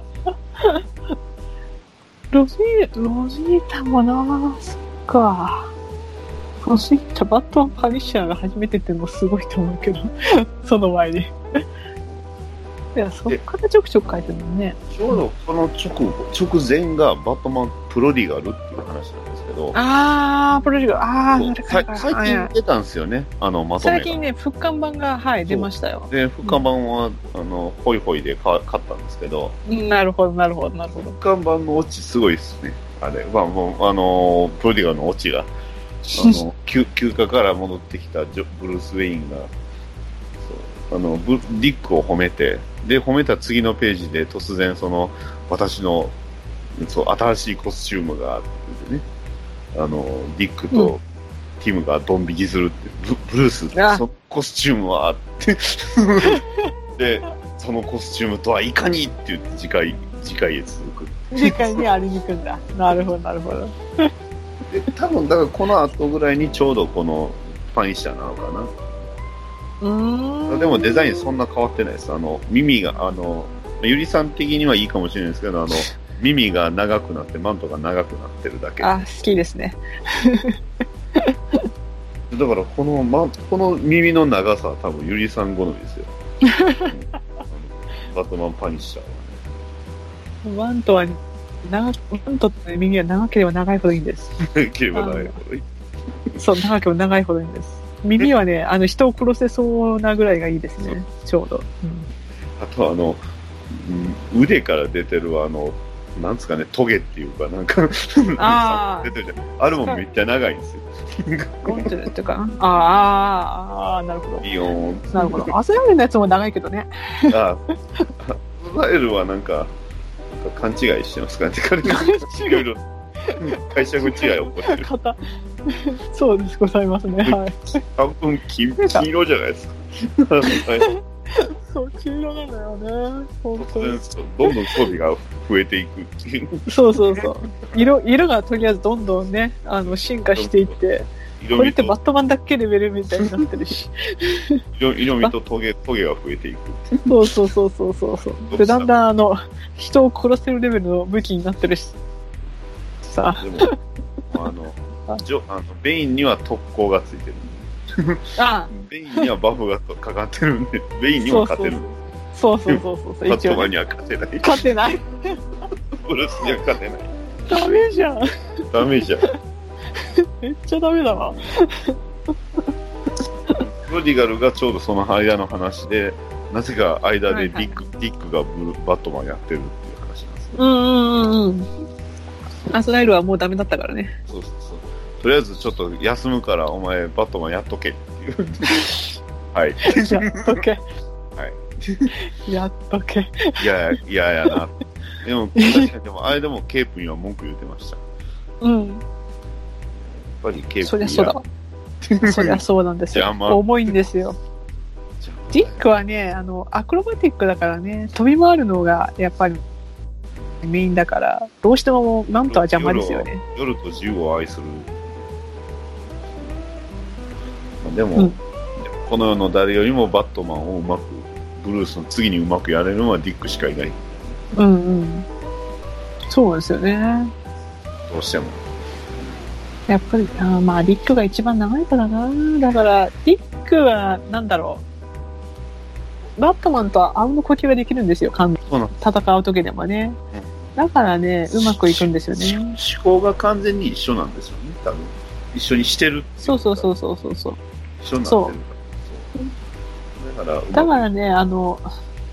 ロジー、ロジータもな、そっか。ロジータ、バットマン・パニッシャーが初めてっていうのもすごいと思うけど、その前に。いや、そっからちょくちょく書いてるのね。 ちょうどこの直後、直前がバットマン・プロディガルっていう話なんですけど、 あー、プロディガル、あー、 さ最近出たんですよね、あのまとめが。 最近ね、復刊版が、はい、出ましたよ。 で、復刊版は、うん、あのホイホイで買ったんですけど、 なるほど、なるほど、なるほど。 復刊版のオチすごいですね。あれ、まあ、もう、あの、プロディガルのオチが、あの休休暇から戻ってきたジョブルース・ウェインが、そうあのブディックを褒めて、で、褒めた次のページで突然、その、私の、そう、新しいコスチュームがあってね、あの、ディックとティムがドン引きするって、うん、ブ, ブルース、そのコスチュームはあって、で、そのコスチュームとはいかにって言って次回、次回へ続く。 次回にありに行くんだ。なるほど、なるほど。 で、多分、だからこの後ぐらいにちょうどこのパニッシャーなのかな。 うーん。 でもデザインそんな変わってないです。あの、耳が、あの、ゆりさん的にはいいかもしれないですけど、あの、耳が長くなって、マントが長くなってるだけ。 あ、好きですね。 だから、この、ま、この耳の長さは多分ゆりさん好みですよ。バットマンパニッシャーはね。 マントは、長マントって耳は長ければ長いほどいいんです。 長ければ長いほどいい。 そう、長ければ長いほどいいんです。耳はね、あの、人を殺せそうなぐらいがいいですね。ちょうど。うん、 あと、あの、腕から出てる、あの、なんですかね、トゲっていうか、なんか、 あ出てるじゃん。あれもめっちゃ長いんですよ。 ゴンチュレっていうかな。ああ、ああ、なるほど。 ビヨーン。 なるほど。アスラエルのやつも長いけどね。 ああ、アスラエルはなんか、なんか勘違いしてますかね。彼がいろいろ解釈違いを起こしてる。 そうです、ございますね。はい。 多分金、金色じゃないですか。 そう、黄色なんだよね。本当に。 どんどん装備が増えていくっていう。 そうそうそう。色、色がとりあえずどんどんね、あの、進化していって、これってバットマンだけレベルみたいになってるし。 色色味とトゲ、トゲが増えていく。 そうそうそうそうそうそう。で、だんだんあの、人を殺せるレベルの武器になってるし。さあ。でも、 あの、ジョあのベインには特攻がついてる。 ああベインにはバフがかかってるんで、ベインにも勝てる。 そうそうそうそうそう。 バットマンには勝てない。 勝てない。 ブルースには勝てない。 ダメじゃん。 ダメじゃん。 めっちゃダメだわ。 プロディガルがちょうどその間の話で、なぜか間でディック、はいはい、ディックがブバットマンやってるっていう話なんですね。 うんうんうんうん。アスラエルはもうダメだったからね。 そうそうそう。とりあえずちょっと休むからお前バットマンやっとけっていう。はい。 やっとけ。 はい。 やっとけ。 いやいや、いややな。でも、確かにでも、あれでもケープには文句言ってました。 うん。 やっぱりケープには。 そりゃそうだわ。そりゃそうなんですよ。重いんですよ。ディックはね、あの、アクロバティックだからね、飛び回るのがやっぱりメインだから、どうしてもマントは邪魔ですよね。 夜と自由を愛する。でも、うん、この世の誰よりもバットマンをうまく、ブルースの次にうまくやれるのはディックしかいない。 うんうん。そうですよね。 どうしても。 やっぱり、あまあ、ディックが一番長いからな。だから、ディックは、なんだろう。バットマンとはあうんの呼吸ができるんですよ、戦う時でもね。うん、だからね、うまくいくんですよね。 思考が完全に一緒なんですよね、多分。一緒にしてるっていう。 そうそうそうそうそう。 一緒になってるから。 そう。だから、だからね、あの、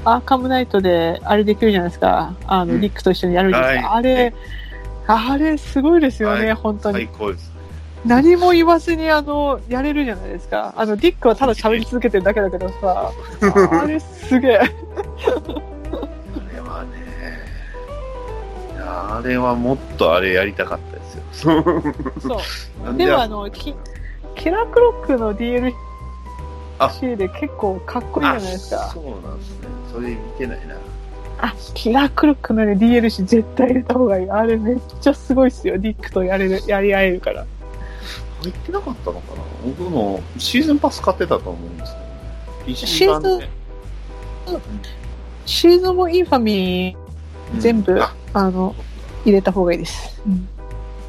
アーカムナイトであれできるじゃないですか。あの、うん、リックと一緒にやるんですか。はい、あれ、あれすごいですよね、はい、本当に。最高です。何も言わずにあのやれるじゃないですか。あのディックはただ喋り続けてるだけだけどさ、あれすげえ。あれはね、あれはもっとあれやりたかったですよ。 そう。でもあのキキラークロックの ディーエルシー で結構かっこいいじゃないですか。 そうなんですね。それ見てないな。 あ、キラークロックの、ね、ディーエルシー 絶対入れた方がいい。あれめっちゃすごいっすよ。ディックとやれるやり合えるから。 入ってなかったのかな。僕もシーズンパス買ってたと思うんですけど、ね、 シーズン、シーズンもインファミー全部、うん、あ, あの入れた方がいいです。うん、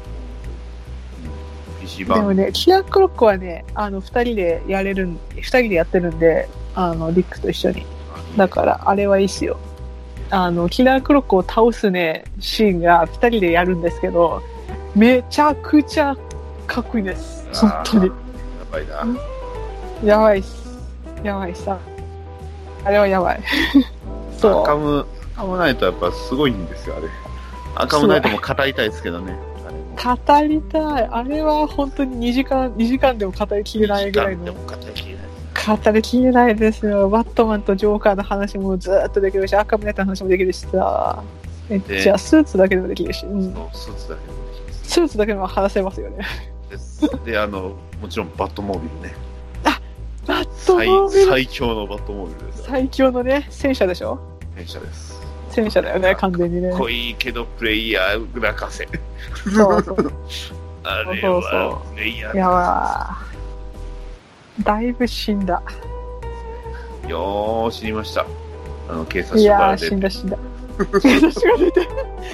でもね、キラークロックはね、あのふたりでやれるん、ふたりでやってるんで、あのディックと一緒に。だからあれはいいっすよ。あのキラークロックを倒すねシーンがふたりでやるんですけど、めちゃくちゃかっこいいです。本当に。やばいな。 やばいっす。やばいさ。あれはやばい。 そう。アカム、アカムナイトはやっぱすごいんですよ、あれ。アカムナイトも語りたいですけどね。 語りたい。あれは本当ににじかん、にじかんでも語りきれないぐらいの。 にじかんでも語りきれない。 語りきれないですよ。バットマンとジョーカーの話もずっとできるし、アカムナイトの話もできるしさ。めっちゃスーツだけでもできるし。うん、 そう、スーツだけでもできる。 スーツだけでも話せますよね。 で、あの、もちろんバットモービルね。 あ、バットモービル最, 最強のバットモービルです。 最強のね、戦車でしょ。 戦車です。 戦車だよね、完全にね。 かっこいいけど、プレイヤー泣かせ。 そうそう。 あれは、プレイヤーいやー、だいぶ死んだ。 よー、死にました。あの、警察署から出て。 いやー、死んだ死んだ。警察署が出て。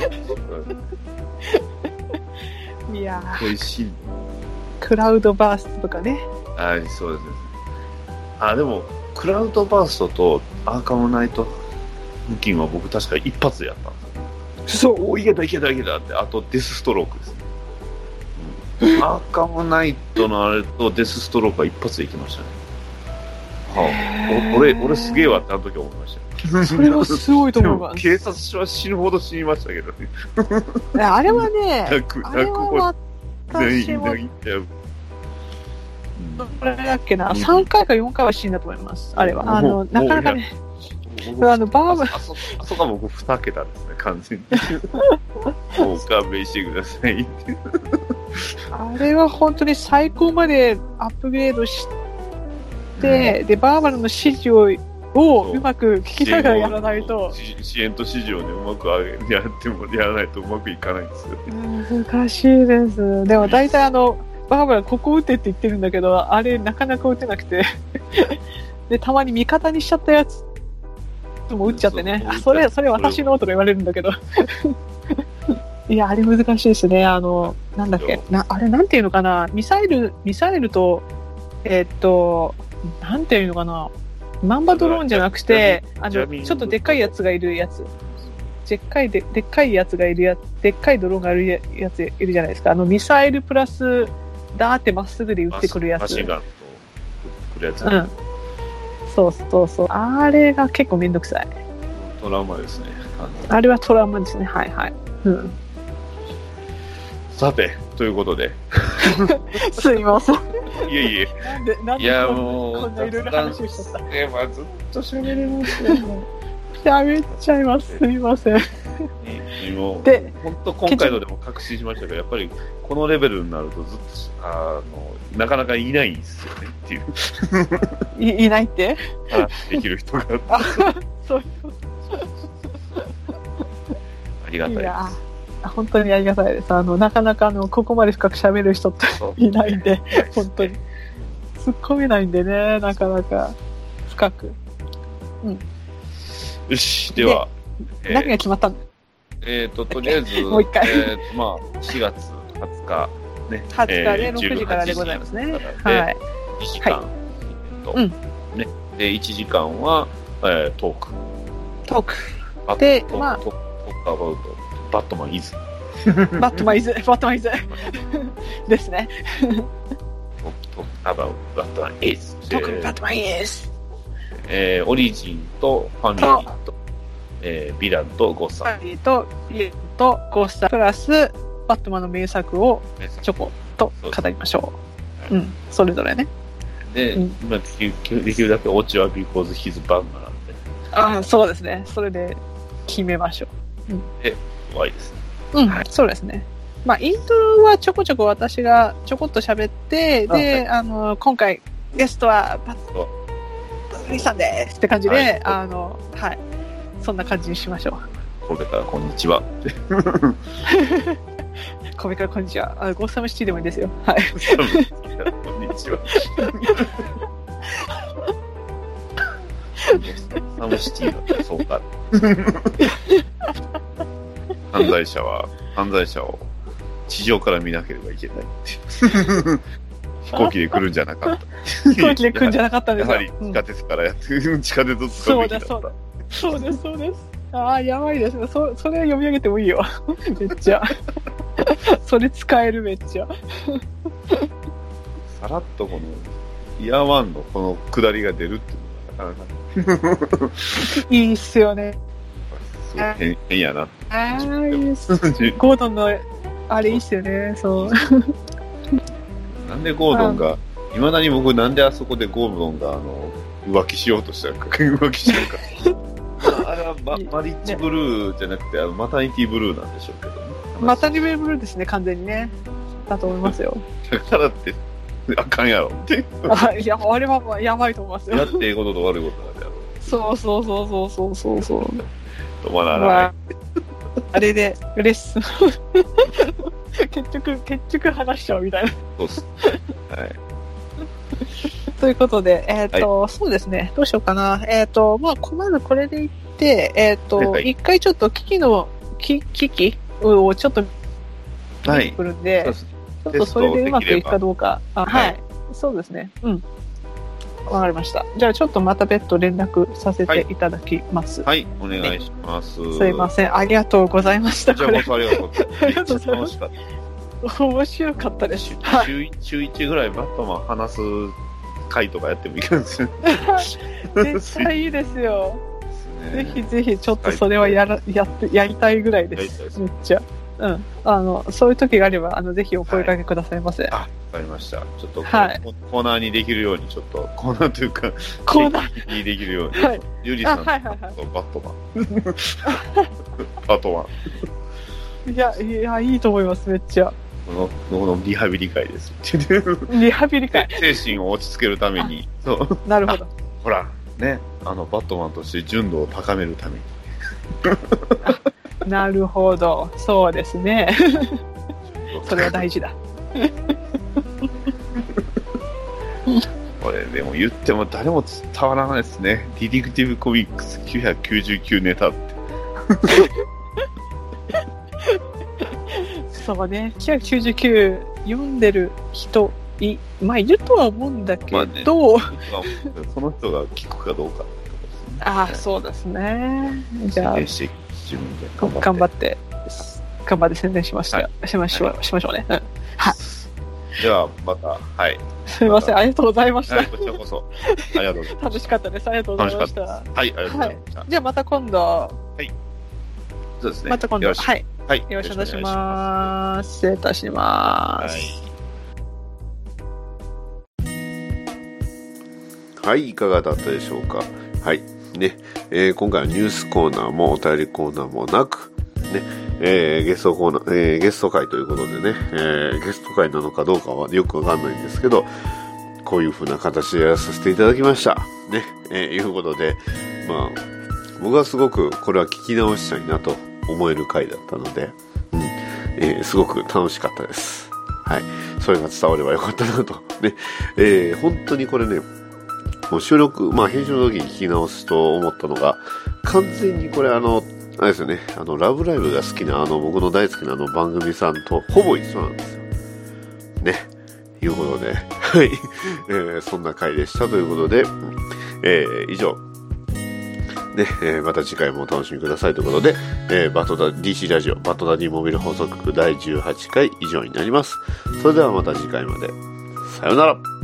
いやー。 美味しい。 クラウドバーストとかね。 はい、そうです。あ、でも、クラウドバーストとアーカムナイト付近は僕確か一発でやったんですよ。そう、いけたいけたいけたって、あとデスストロークですね。うん、アーカムナイトのあれとデスストロークは一発でいきましたね。はあ、俺、俺すげえわってあの時思いました。 それはすごいと思います。 警察署は死ぬほど死にましたけどね。 あれはね、あれは私も、これだっけな、さんかいかよんかいは死んだと思います、あれは。あの、なかなかね、あの、バーブあそ、あそこは僕に桁ですね、完全に。もう勘弁してください。 あれは本当に最高までアップグレードして、うん、で、バーバラの指示を、をうまく聞きながらやらないと支援と指示をねうまくやってもやらないとうまくいかないんですよね。難しいです。でも大体あのバーバラここ打てって言ってるんだけどあれなかなか打てなくてでたまに味方にしちゃったやつも打っちゃってね、あそれそれ私のとか言われるんだけどいやあれ難しいですね。あのなんだっけなあれなんていうのかなミサイルミサイルとえー、っとなんていうのかなマンバドローンじゃなくて、あの、ちょっとでっかいやつがいるやつ。でっかいで、でっかいやつがいるやつ、でっかいドローンがいるやついるじゃないですか。あの、ミサイルプラス、ダーってまっすぐで撃ってくるやつ。マシンガンと撃ってくるやつ。うん。そうそうそう。あれが結構めんどくさい。 トラウマですね。 あれはトラウマですね。はいはい。うん。 さて、ということで。 すいません。 いえいえ。 なんで、なんでいやもうこんないろいろ話をしちゃった。 え、まあ、ずっと喋れますよ。 喋っちゃいます。すいません。 もうで、本当今回のでも確信しましたけど、やっぱりこのレベルになるとずっと、あの、なかなかいないんですよねっていう。 い, いないってあできる人が。 あ、そういうありがたいです。いや本当にありがたいです。あのなかなかあのここまで深く喋る人っていないんで、本当に突っ込めないんでね、なかなか深く。うん。 よし、では、 えー、何が決まったの？ えっ、ー、ととりあえずもう一回、 えー、まあしがつはつかね、 はつかでろくじからでございますね。はい。 にじかん、はい、と、うん、ね、でいちじかんは、えー、トーク。 トーク。で、まあ。 トークアバウト。バットマンイズ。 バットマンイズ。バットマンイズ。ですね。 トークアバウトバットマンイズ。 トークバットマンイズ。 えー、オリジンとファミリーと、えー、ヴィランとゴッサム。 ファミリーとヴィランとゴッサムプラス、バットマンの名作をちょこっと語りましょう。うん、それぞれね。 で、うん、まあ、できるだけオチは because he's Batman なんで。 ああ、そうですね。それで決めましょう。うん、 で、終わりですね。 うん、はい、そうですね。まあ、イントロはちょこちょこ私がちょこっと喋って、で、あ、はい、あの、今回、ゲストは、バットマンさんですって感じで、はい、あの、はい。そんな感じにしましょう。神戸からこんにちは。 神戸からこんにちは。あ、ゴーサムシティでもいいですよ。はい。 こんにちは。ゴーサムシティだったらそうか。犯罪者は、犯罪者を地上から見なければいけない。飛行機で来るんじゃなかった。 飛行機で来るんじゃなかったんですよ。 やはり地下鉄からやって、うん、地下鉄を使うべきだった。 そうだ、そうだ。そうです、そうです。ああ、やばいですね。そ、それ読み上げてもいいよ。めっちゃ。それ使える、めっちゃ。 さらっとこの、イヤーワンのこの下りが出るっていうのがなかなか。 いいっすよね。 すごい変、変やな。ああ、いいっす。ゴードンの、あれいいっすよね、そう。 なんでゴードンが、いまだに僕なんであそこでゴードンがあの浮気しようとしたのか、浮気しようか。あれはママリッジブルーじゃなくて、あのマタニティブルーなんでしょうけどね。 マタニティブルーですね、完全にね。だと思いますよ。 だからって、あかんやろって。 あ、いや、あれはやばいと思いますよ。 やっていいことと悪いことなんだよ。 そうそうそうそうそうそうそう。 止まらない。まあ、 あれで、レッスン。結局、結局話しちゃうみたいな。 そうっす。はい。 ということで、えっ、ー、と、はい、そうですね。どうしようかな。えっ、ー、と、まあ、まずこれでいって、えっ、ー、と、はいはい、一回ちょっと機器の、機器をちょっと見てくるんで、はい、ちょっとそれでうまくいくかどうか。あ、はい、はい。そうですね。うん。わかりました。じゃあちょっとまた別途連絡させていただきます。 はい、はい、お願いします、ね。 すいません。ありがとうございました。 こちらこそありがとうございます。 ありがとうございます。面白かったです。 週週いちぐらいバットマン話す回とかやってもいいかもしれない。 めっちゃいいですよ。ぜひぜひちょっとそれはやら、やって、やりたいぐらいです。めっちゃ。うん。あの、そういう時があれば、あの、ぜひお声掛けくださいませ。はい、 あ、わかりました。ちょっと、はい、コーナーにできるように、ちょっと、コーナーというか、 コーナーにできるように、はい、ゆりさんとバットマン。バットマン。いや、いや、いいと思います、めっちゃ。 この、このリハビリ会です。 リハビリ会。 精神を落ち着けるために。そう。 なるほど。 ほら、ね、あの、バットマンとして純度を高めるために。 なるほど。そうですね。それは大事だ。 これでも言っても誰も伝わらないですね。ディティクティブコミックスきゅうひゃくきゅうじゅうきゅうネタって。 そうね。きゅうひゃくきゅうじゅうきゅう読んでる人い、まあいるとは思うんだけど、まあね、 その人が聞くかどうかってことですね。 ああ、そうですね。じゃあ。 自分で頑張って頑張って宣伝しました、はい、しましょう、はい、しましょうね、うん、はい。 ではまた、はい、 すみません、ありがとうございました。 はい、こちらこそありがとうございます。 楽しかったです。ありがとうございました。 はい、ありがとうございました。はい、 じゃあまた今度、 はい、そうですね、 また今度、はい、 はい、 よろしくお願いします。失礼いたします。 はい、はい、いかがだったでしょうか。はいね、えー、今回はニュースコーナーもお便りコーナーもなく、ね、えー、ゲストコーナー、えー、ゲスト会ということでね、えー、ゲスト会なのかどうかはよくわかんないんですけど、こういう風な形でやらさせていただきました。ね、えー、いうことで、まあ、僕はすごくこれは聞き直したいなと思える回だったので、うん、えー、すごく楽しかったです。はい。それが伝わればよかったなと。ね、えー、本当にこれね、もう収録、まあ編集の時に聞き直すと思ったのが、完全にこれあの、あれですよね、あの、ラブライブが好きなあの、僕の大好きなあの番組さんとほぼ一緒なんですよ。ね。いうことで、はい。えー、そんな回でしたということで、えー、以上。ね、えー、また次回もお楽しみくださいということで、えー、バトダ ディーシー ラジオ、バトダディモビル放送局だいじゅうはちかい以上になります。それではまた次回まで。さようなら。